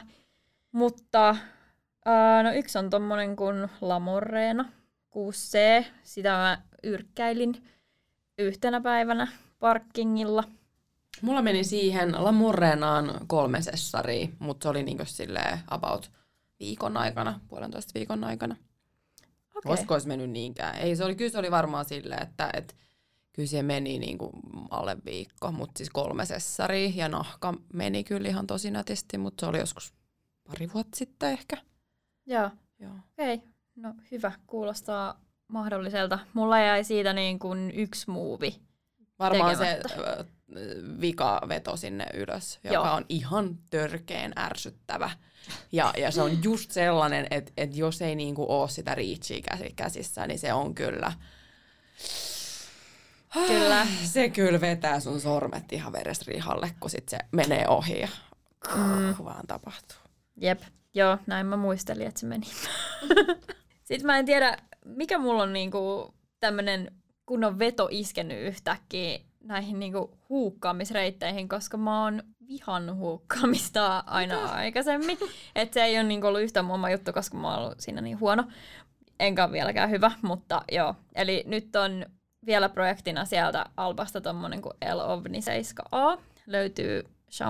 Mutta ää, no yksi on tommonen kuin La Morena kuusi C. Sitä mä yrkkäilin yhtenä päivänä parkkingilla. Mulla meni siihen La Morenaan kolme sessaria, mutta se oli niinku silleen about viikon aikana, puolentoista viikon aikana. Okay. Olisiko olisi mennyt niinkään? Ei, se oli, kyllä se oli varmaan silleen, että et, kyllä se meni niinku alle viikko, mutta siis kolme sessaria ja nahka meni kyllä ihan tosi nätisti, mutta se oli joskus pari vuotta sitten ehkä. Joo. Joo. Okei, okay. No hyvä, kuulostaa mahdolliselta. Mulla jäi siitä niin kuin yksi muuvi Varmaan tekemättä. se äh, vikaveto sinne ylös, joka Joo. on ihan törkeen ärsyttävä. Ja, ja se on just sellainen, että, että jos ei niinku ole sitä reachia käsissä, niin se on kyllä... Kyllä. Se kyllä vetää sun sormet ihan veresrihalle, kun sit se menee ohi ja mm. vaan tapahtuu. Jep, joo, näin mä muistelin, että se meni. Sitten mä en tiedä, mikä mulla on niinku tämmönen kunnon veto iskenyt yhtäkkiä näihin niinku huukkaamisreitteihin, koska mä oon vihannut huukkaamista aina Mitä? aikaisemmin. Että se ei ole niinku ollut yhtään mun oma juttu, koska mä oon ollut siinä niin huono. Enkä ole vieläkään hyvä, mutta joo. Eli nyt on vielä projektina sieltä Albasta tommonen kuin El Ovni seitsemän A. Löytyy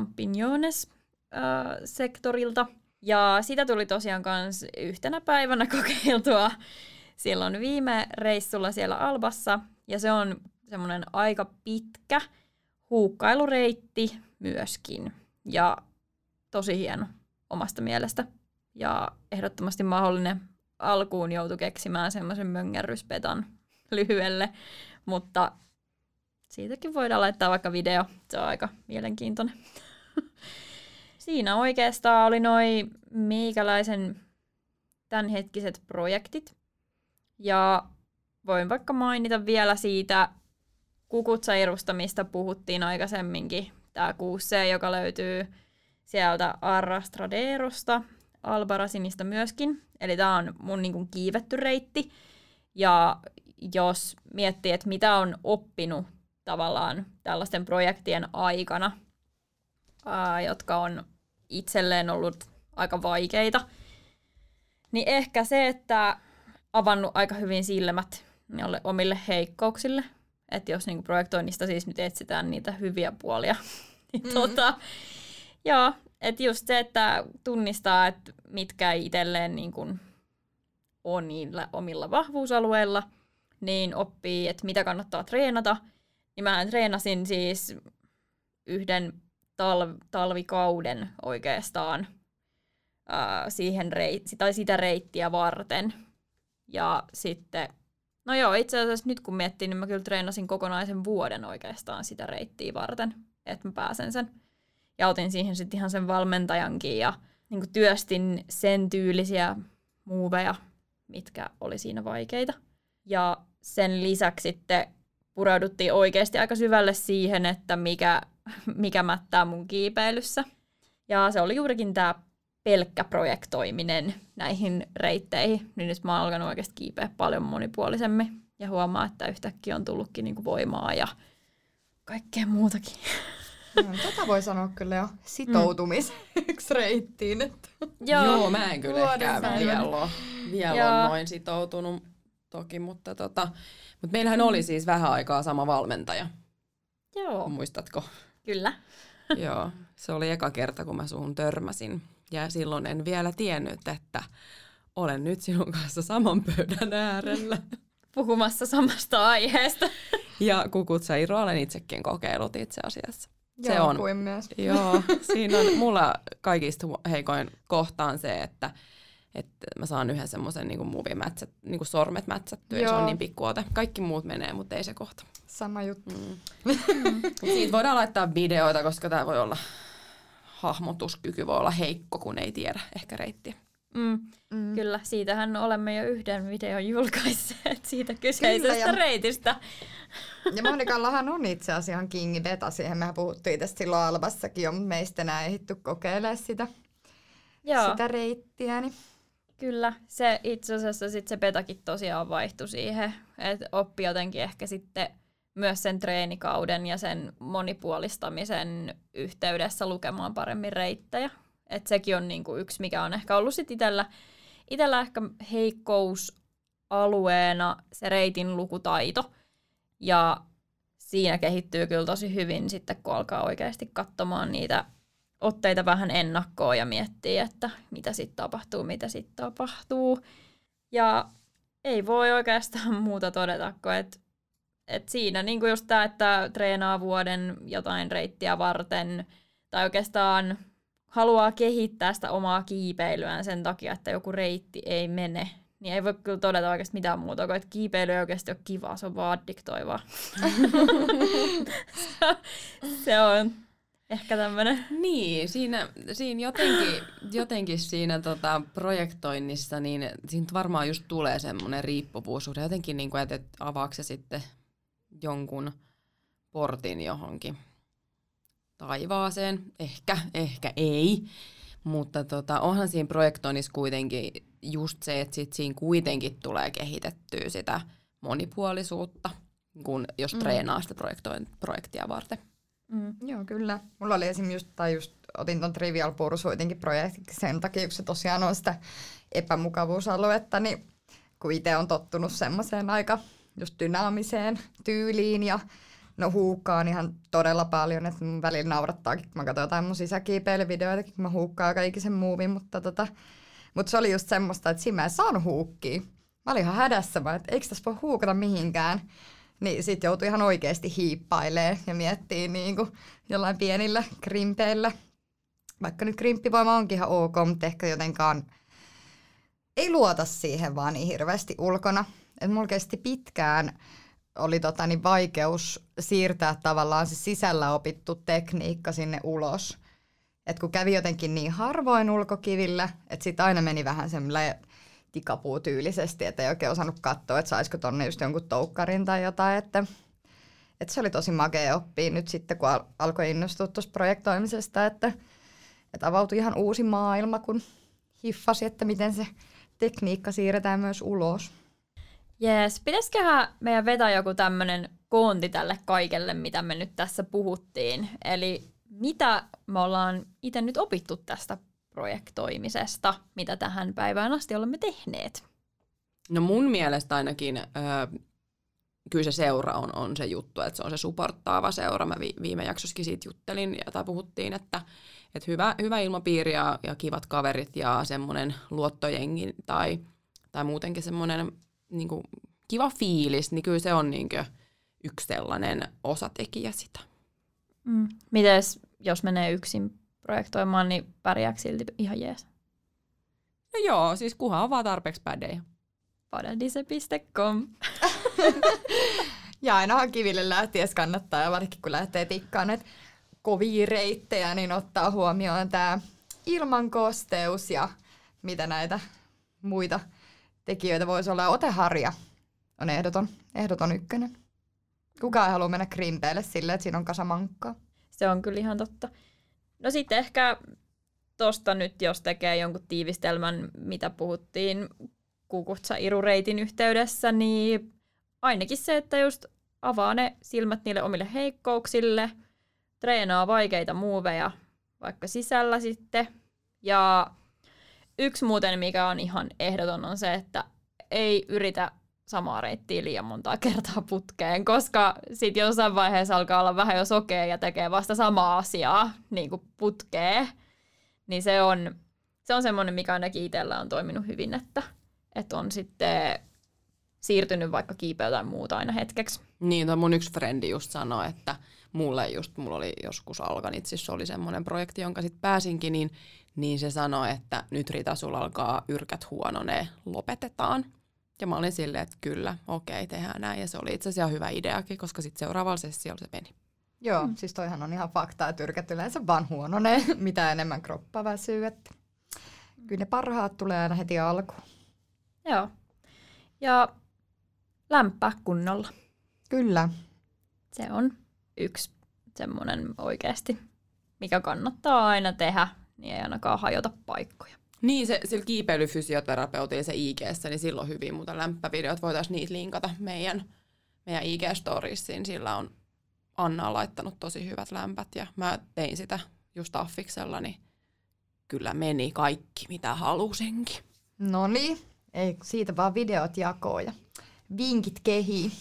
Champignones-sektorilta. Ja sitä tuli tosiaan kans yhtenä päivänä kokeiltua silloin viime reissulla siellä Albassa. Ja se on semmoinen aika pitkä huukkailureitti myöskin. Ja tosi hieno omasta mielestä. Ja ehdottomasti mahdollinen. Alkuun joutui keksimään semmoisen möngärryspetan lyhyelle, mutta siitäkin voidaan laittaa vaikka video. Se on aika mielenkiintoinen. Siinä oikeastaan oli noi meikäläisen tämänhetkiset projektit. Ja voin vaikka mainita vielä siitä Kukutsairusta, mistä puhuttiin aikaisemminkin. Tämä kuusi C, joka löytyy sieltä Arrastraderosta, Albarracinista myöskin. Eli tämä on mun niin kuin kiivetty reitti. Ja jos miettii, että mitä on oppinut tavallaan tällaisten projektien aikana, ää, jotka on itselleen ollut aika vaikeita, niin ehkä se, että avannut aika hyvin silmät jolle omille heikkouksille. Että jos niinku projektoinnista siis nyt etsitään niitä hyviä puolia. niin mm-hmm. tota, joo, että just se, että tunnistaa, että mitkä itselleen niinku on niillä omilla vahvuusalueilla, niin oppii, että mitä kannattaa treenata. Niin mä treenasin siis yhden tal- talvikauden oikeastaan ää, siihen reit- tai sitä reittiä varten. Ja sitten, no joo, itse asiassa nyt kun miettii, niin mä kyllä treenasin kokonaisen vuoden oikeastaan sitä reittiä varten, että mä pääsen sen. Ja otin siihen sitten ihan sen valmentajankin ja niin kuin työstin sen tyylisiä muuveja, mitkä oli siinä vaikeita. Ja sen lisäksi sitten pureuduttiin oikeasti aika syvälle siihen, että mikä, mikä mättää mun kiipeilyssä. Ja se oli juurikin tämä pelkkä projektoiminen näihin reitteihin, niin nyt mä oon alkanut oikeasti kiipeä paljon monipuolisemmin ja huomaa, että yhtäkkiä on tullutkin niinku voimaa ja kaikkea muutakin. No, tota voi sanoa kyllä jo sitoutumiseksi reittiin. Että. Joo. Joo, mä en kyllä ehkä Vuoden vielä ole, vielä ole noin sitoutunut toki, mutta, tota, mutta meillähän mm. oli siis vähän aikaa sama valmentaja. Joo. Muistatko? Kyllä. Joo, se oli eka kerta, kun mä suhun törmäsin. Ja silloin en vielä tiennyt, että olen nyt sinun kanssa saman pöydän äärellä. Puhumassa samasta aiheesta. Ja Kukutsairu olen itsekin kokeillut itse asiassa. Joo, se on, kuin myös. Joo, siinä on mulla kaikista heikoin kohtaan se, että, että mä saan yhden semmoisen niin muovimätsät, niin kuin sormet mätsättyä ja se on niin pikkuote. Kaikki muut menee, mutta ei se kohta. Sama juttu. Mm. Siitä voidaan laittaa videoita, koska tää voi olla, hahmotuskyky voi olla heikko, kun ei tiedä ehkä reittiä. Mm. Mm. Kyllä, siitähän olemme jo yhden videon julkaisseet siitä kyseisestä Kyllä, ja... reitistä. Ja Monikallahan on itse asiassa ihan kingi beta siihen. Mehän puhuttiin tästä silloin Albassakin jo, mutta meistä enää ehditty kokeilemaan sitä, sitä reittiä. Niin. Kyllä, se itse asiassa sit se betakin tosiaan vaihtui siihen, että oppi jotenkin ehkä sitten myös sen treenikauden ja sen monipuolistamisen yhteydessä lukemaan paremmin reittejä. Että sekin on niinku yksi, mikä on ehkä ollut sit itellä, itellä ehkä heikkousalueena se reitin lukutaito. Ja siinä kehittyy kyllä tosi hyvin sitten, kun alkaa oikeasti katsomaan niitä otteita vähän ennakkoon ja miettii, että mitä sitten tapahtuu, mitä sitten tapahtuu. Ja ei voi oikeastaan muuta todeta kuin, että, että siinä niinku just tämä, että treenaa vuoden jotain reittiä varten tai oikeastaan haluaa kehittää sitä omaa kiipeilyään sen takia, että joku reitti ei mene, niin ei voi kyllä todeta oikeasti mitään muuta kuin, että kiipeily ei oikeasti ole kivaa, se on vaan addiktoivaa. Se on ehkä tämmöinen. Niin, siinä, siinä jotenkin, jotenkin siinä tota projektoinnissa, niin siinä varmaan just tulee semmoinen riippuvuus, jotenkin niin kuin, että avaako se sitten jonkun portin johonkin taivaaseen, ehkä, ehkä ei, mutta tota, onhan siinä projektoinnissa kuitenkin just se, että sit siinä kuitenkin tulee kehitettyä sitä monipuolisuutta, kun jos mm. treenaa sitä projektia varten. Mm. Joo, kyllä. Mulla oli esimerkiksi just, tai just otin ton Trivial Pursuitinkin projektiksi sen takia, kun se tosiaan on sitä epämukavuusaluetta, niin kun itse on tottunut semmoiseen aika just dynaamiseen tyyliin ja no huukkaan ihan todella paljon, että mun välillä naurattaakin, kun mä katson jotain mun sisäkiipeilyvideoitakin, kun mä huukkaan joka ikisen muuvin, mutta tota, mutta se oli just semmoista, että siinä mä en saanut huukkia. Mä olin ihan hädässä, mä, että eikö tässä voi huukata mihinkään. Niin sit joutui ihan oikeasti hiippailemaan ja miettii niinku jollain pienillä krimpeillä. Vaikka nyt krimppivoima onkin ihan ok, mutta ehkä jotenkaan ei luota siihen vaan niin hirveästi ulkona. Et mulla kesti pitkään, oli tota niin vaikeus siirtää tavallaan se sisällä opittu tekniikka sinne ulos. Et kun kävi jotenkin niin harvoin ulkokivillä, että sit aina meni vähän semmoinen tikapuutyylisesti, että ei oikein osannut katsoa, että saisiko tonne just jonkun toukkarin tai jotain. Että, että se oli tosi makea oppia nyt sitten, kun al- alkoi innostua tuosta projektoimisesta, että, että avautui ihan uusi maailma, kun hiffasi, että miten se tekniikka siirretään myös ulos. Jees, pitäisiköhän meidän vetää joku tämmöinen koonti tälle kaikelle, mitä me nyt tässä puhuttiin. Eli mitä me ollaan itse nyt opittu tästä projektoimisesta, mitä tähän päivään asti olemme tehneet? No mun mielestä ainakin äh, kyllä se seura on, on se juttu, että se on se supporttaava seura. Mä vi, viime jaksossakin siitä juttelin ja tai puhuttiin, että, että hyvä, hyvä ilmapiiri ja, ja kivat kaverit ja semmoinen luottojengi tai, tai muutenkin semmoinen niin kuin kiva fiilis, niin kyllä se on niin kuin yksi sellainen osatekijä sitä. Mm. Mites jos menee yksin projektoimaan, niin pärjääkö silti ihan jees? No joo, siis kunhan on vaan tarpeeksi pädejä. padadise piste com Ja ainahan kiville lähtiessä kannattaa, ja varsinkin kun lähtee tikkaan näitä kovia reittejä, niin ottaa huomioon tämä ilmankosteus ja mitä näitä muita tekijöitä voisi olla. Oteharja on ehdoton, ehdoton ykkönen. Kukaan ei halua mennä krimpeille silleen, että siinä on kasa mankkaa. Se on kyllä ihan totta. No sitten ehkä tosta nyt, jos tekee jonkun tiivistelmän, mitä puhuttiin Kukutsa-Iru-reitin yhteydessä, niin ainakin se, että just avaa ne silmät niille omille heikkouksille, treenaa vaikeita muuveja vaikka sisällä sitten. Ja yksi muuten, mikä on ihan ehdoton, on se, että ei yritä samaa reittiä liian montaa kertaa putkeen, koska sitten jossain vaiheessa alkaa olla vähän jo sokea ja tekee vasta samaa asiaa niin kuin putkeen. Niin se on, se on semmoinen, mikä ainakin itsellä on toiminut hyvin, että, että on sitten siirtynyt vaikka kiipeä tai muuta aina hetkeksi. Niin, tai mun yksi frendi just sanoi, että mulle just, mulla oli joskus Alganitsissa oli semmoinen projekti, jonka sitten pääsinkin, niin, niin se sanoi, että nyt Rita, sulla alkaa yrkät huononee, lopetetaan. Ja mä olin silleen, että kyllä, okei, tehdään näin. Ja se oli itse asiassa hyvä ideakin, koska sitten seuraavalla sessiolla se meni. Joo, mm. siis toihan on ihan fakta, että yrkät yleensä vaan huononee, mitä enemmän kroppa väsyy. Että kyllä ne parhaat tulee aina heti alkuun. Joo. Ja lämpää kunnolla. Kyllä. Se on yksi semmoinen oikeasti, mikä kannattaa aina tehdä, niin ei ainakaan hajota paikkoja. Niin, se, sillä kiipeilyfysioterapeutilla se I G:ssä, niin silloin hyvin, mutta lämpövideot voitaisiin niitä linkata meidän, meidän I G-storiesiin. Sillä on Anna on laittanut tosi hyvät lämpät ja mä tein sitä just affiksella, niin kyllä meni kaikki, mitä halusinkin. No niin, ei siitä vaan videot jakoon ja vinkit kehiin.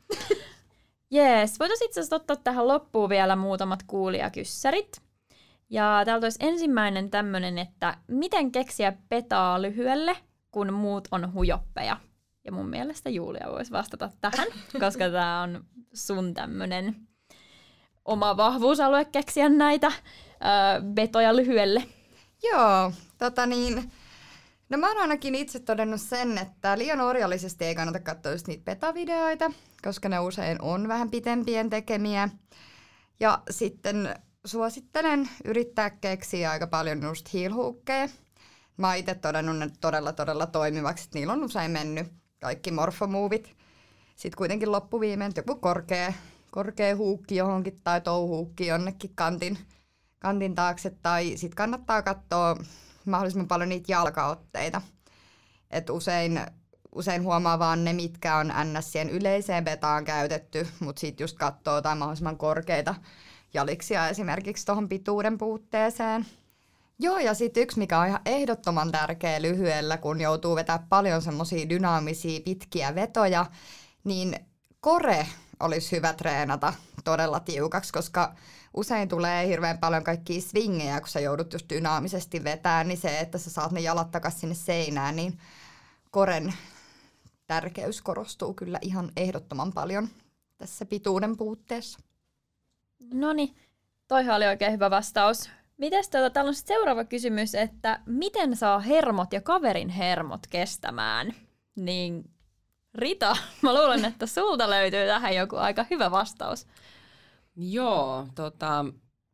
Jees, voitaisiin itse asiassa ottaa tähän loppuun vielä muutamat kuulijakyssärit. Ja täältä olisi ensimmäinen tämmöinen, että miten keksiä petaa lyhyelle, kun muut on hujoppeja? Ja mun mielestä Julia voisi vastata tähän, koska tämä on sun tämmöinen oma vahvuusalue keksiä näitä öö, betoja lyhyelle. Joo, tota niin, no mä oon ainakin itse todennut sen, että liian orjallisesti ei kannata katsoa just niitä beta-videoita, koska ne usein on vähän pitempien tekemiä. Ja sitten suosittelen yrittää keksiä aika paljon just heel-hookkeja. Mä oon itse todennut ne todella todella toimivaksi, että niillä on usein mennyt kaikki morfomuuvit. Sitten kuitenkin loppuviimein joku korkea, korkea huukki johonkin tai touhuukki jonnekin kantin, kantin taakse. Tai sitten kannattaa katsoa mahdollisimman paljon niitä jalkaotteita. Et usein, usein huomaa vaan ne, mitkä on N S:ien yleiseen betaan käytetty, mutta sitten just katsoo tai mahdollisimman korkeita jaliksia esimerkiksi tuohon pituuden puutteeseen. Joo, ja sitten yksi, mikä on ihan ehdottoman tärkeä lyhyellä, kun joutuu vetämään paljon semmoisia dynaamisia pitkiä vetoja, niin kore olisi hyvä treenata todella tiukaksi, koska usein tulee hirveän paljon kaikkia swingejä, kun sä joudut just dynaamisesti vetämään, niin se, että sä saat ne jalat takaisin sinne seinään, niin koren tärkeys korostuu kyllä ihan ehdottoman paljon tässä pituuden puutteessa. Noniin, toihan oli oikein hyvä vastaus. Mites tuota, täällä on seuraava kysymys, että miten saa hermot ja kaverin hermot kestämään? Niin Rita, mä luulen, että sulta löytyy tähän joku aika hyvä vastaus. Joo, tota,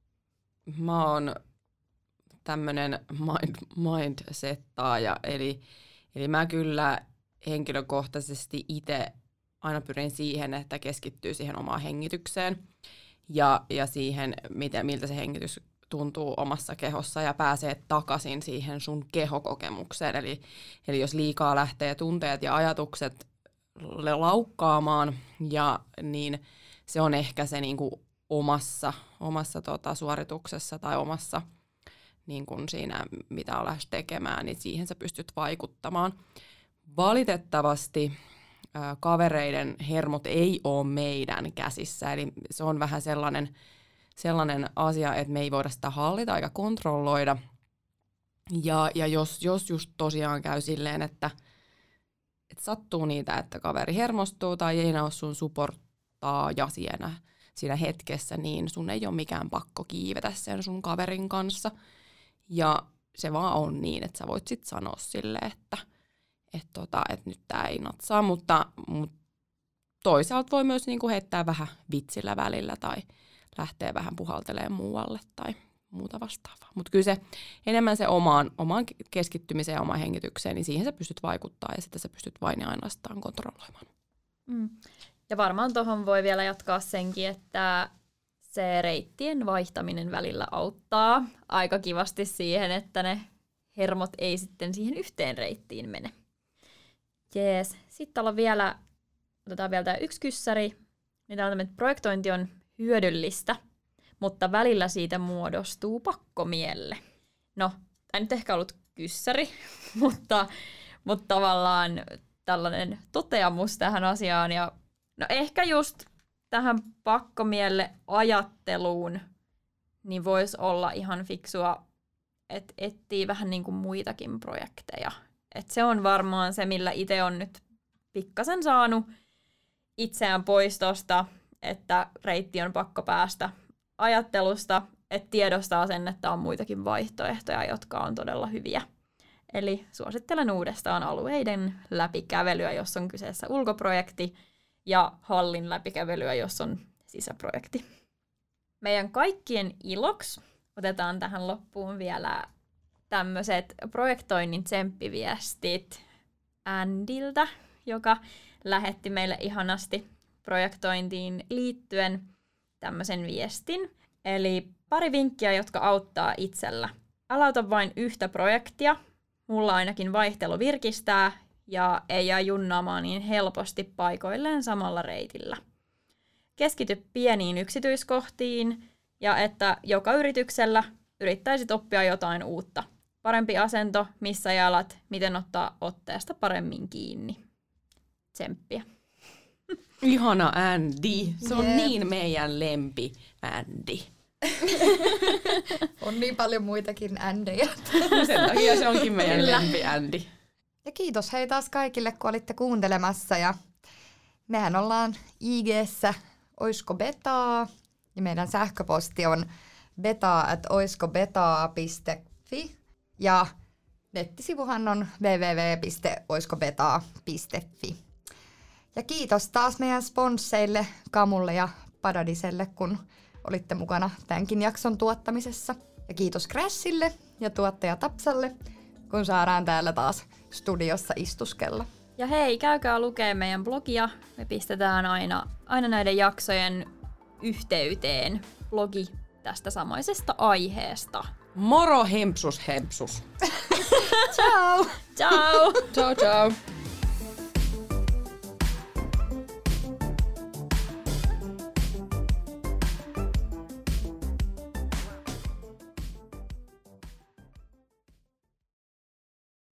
mä oon tämmönen mind, mindsettaaja, eli, eli mä kyllä henkilökohtaisesti itse aina pyrin siihen, että keskittyy siihen omaan hengitykseen ja, ja siihen, miten, miltä se hengitys tuntuu omassa kehossa ja pääsee takaisin siihen sun kehokokemukseen. Eli, eli jos liikaa lähtee tunteet ja ajatukset laukkaamaan, ja, niin se on ehkä se niin kuin omassa, omassa tota, suorituksessa tai omassa niin kuin siinä, mitä on lähes tekemään, niin siihen sä pystyt vaikuttamaan. Valitettavasti ä, kavereiden hermot ei ole meidän käsissä, eli se on vähän sellainen, sellainen asia, että me ei voida sitä hallita eikä kontrolloida. Ja, ja jos, jos just tosiaan käy silleen, että, että sattuu niitä, että kaveri hermostuu tai ei ole sun supporttaa ja siinä, siinä hetkessä, niin sun ei ole mikään pakko kiivetä sen sun kaverin kanssa. Ja se vaan on niin, että sä voit sit sanoa silleen, että et tota, et nyt tää ei natsaa, mutta, mutta toisaalta voi myös niinku heittää vähän vitsillä välillä tai lähtee vähän puhaltelemaan muualle tai muuta vastaavaa. Mutta kyllä se enemmän se omaan, omaan keskittymiseen ja omaan hengitykseen, niin siihen sä pystyt vaikuttamaan ja sitä sä pystyt vain ja ainoastaan kontrolloimaan. Mm. Ja varmaan tuohon voi vielä jatkaa senkin, että se reittien vaihtaminen välillä auttaa aika kivasti siihen, että ne hermot ei sitten siihen yhteen reittiin mene. Jees. Sitten täällä on vielä, otetaan vielä tämä yksi kyssäri. Niin täällä on tämmöinen, että projektointi on hyödyllistä, mutta välillä siitä muodostuu pakkomielle. No, tämä nyt ehkä ollut kyssäri, mutta, mutta tavallaan tällainen toteamus tähän asiaan. Ja, no ehkä just tähän pakkomielle ajatteluun niin voisi olla ihan fiksua, että etsii vähän niin kuin muitakin projekteja. Et se on varmaan se, millä itse on nyt pikkasen saanut itseään pois tosta, että reitti on pakko päästä ajattelusta, että tiedostaa sen, että on muitakin vaihtoehtoja, jotka on todella hyviä. Eli suosittelen uudestaan alueiden läpikävelyä, jos on kyseessä ulkoprojekti, ja hallin läpikävelyä, jos on sisäprojekti. Meidän kaikkien iloksi otetaan tähän loppuun vielä tämmöiset projektoinnin tsemppiviestit Andiltä, joka lähetti meille ihanasti projektointiin liittyen tämmöisen viestin. Eli pari vinkkiä, jotka auttaa itsellä. Älä ota vain yhtä projektia. Mulla ainakin vaihtelu virkistää ja ei jää junnaamaan niin helposti paikoilleen samalla reitillä. Keskity pieniin yksityiskohtiin ja että joka yrityksellä yrittäisit oppia jotain uutta. Parempi asento, missä jalat, miten ottaa otteesta paremmin kiinni. Tsemppiä. Ihana Andy. Se on Jep. niin meidän lempi Andy. On niin paljon muitakin Andejä. Sen takia se onkin meidän Kyllä. lempi Andy. Ja kiitos hei taas kaikille, kun olitte kuuntelemassa. Ja mehän ollaan I G:ssä Oisko Betaa. Ja meidän sähköposti on betaa at oiskobetaa piste fi. Ja nettisivuhan on double-u double-u double-u piste oiskobetaa piste fi. Ja kiitos taas meidän sponsseille, Kamulle ja Paradiselle, kun olitte mukana tämänkin jakson tuottamisessa. Ja kiitos Crashille ja tuottaja Tapsalle, kun saadaan täällä taas studiossa istuskella. Ja hei, käykää lukee meidän blogia. Me pistetään aina, aina näiden jaksojen yhteyteen blogi tästä samaisesta aiheesta. Moro hempsus hempsus. Ciao! Ciao! Ciao ciao.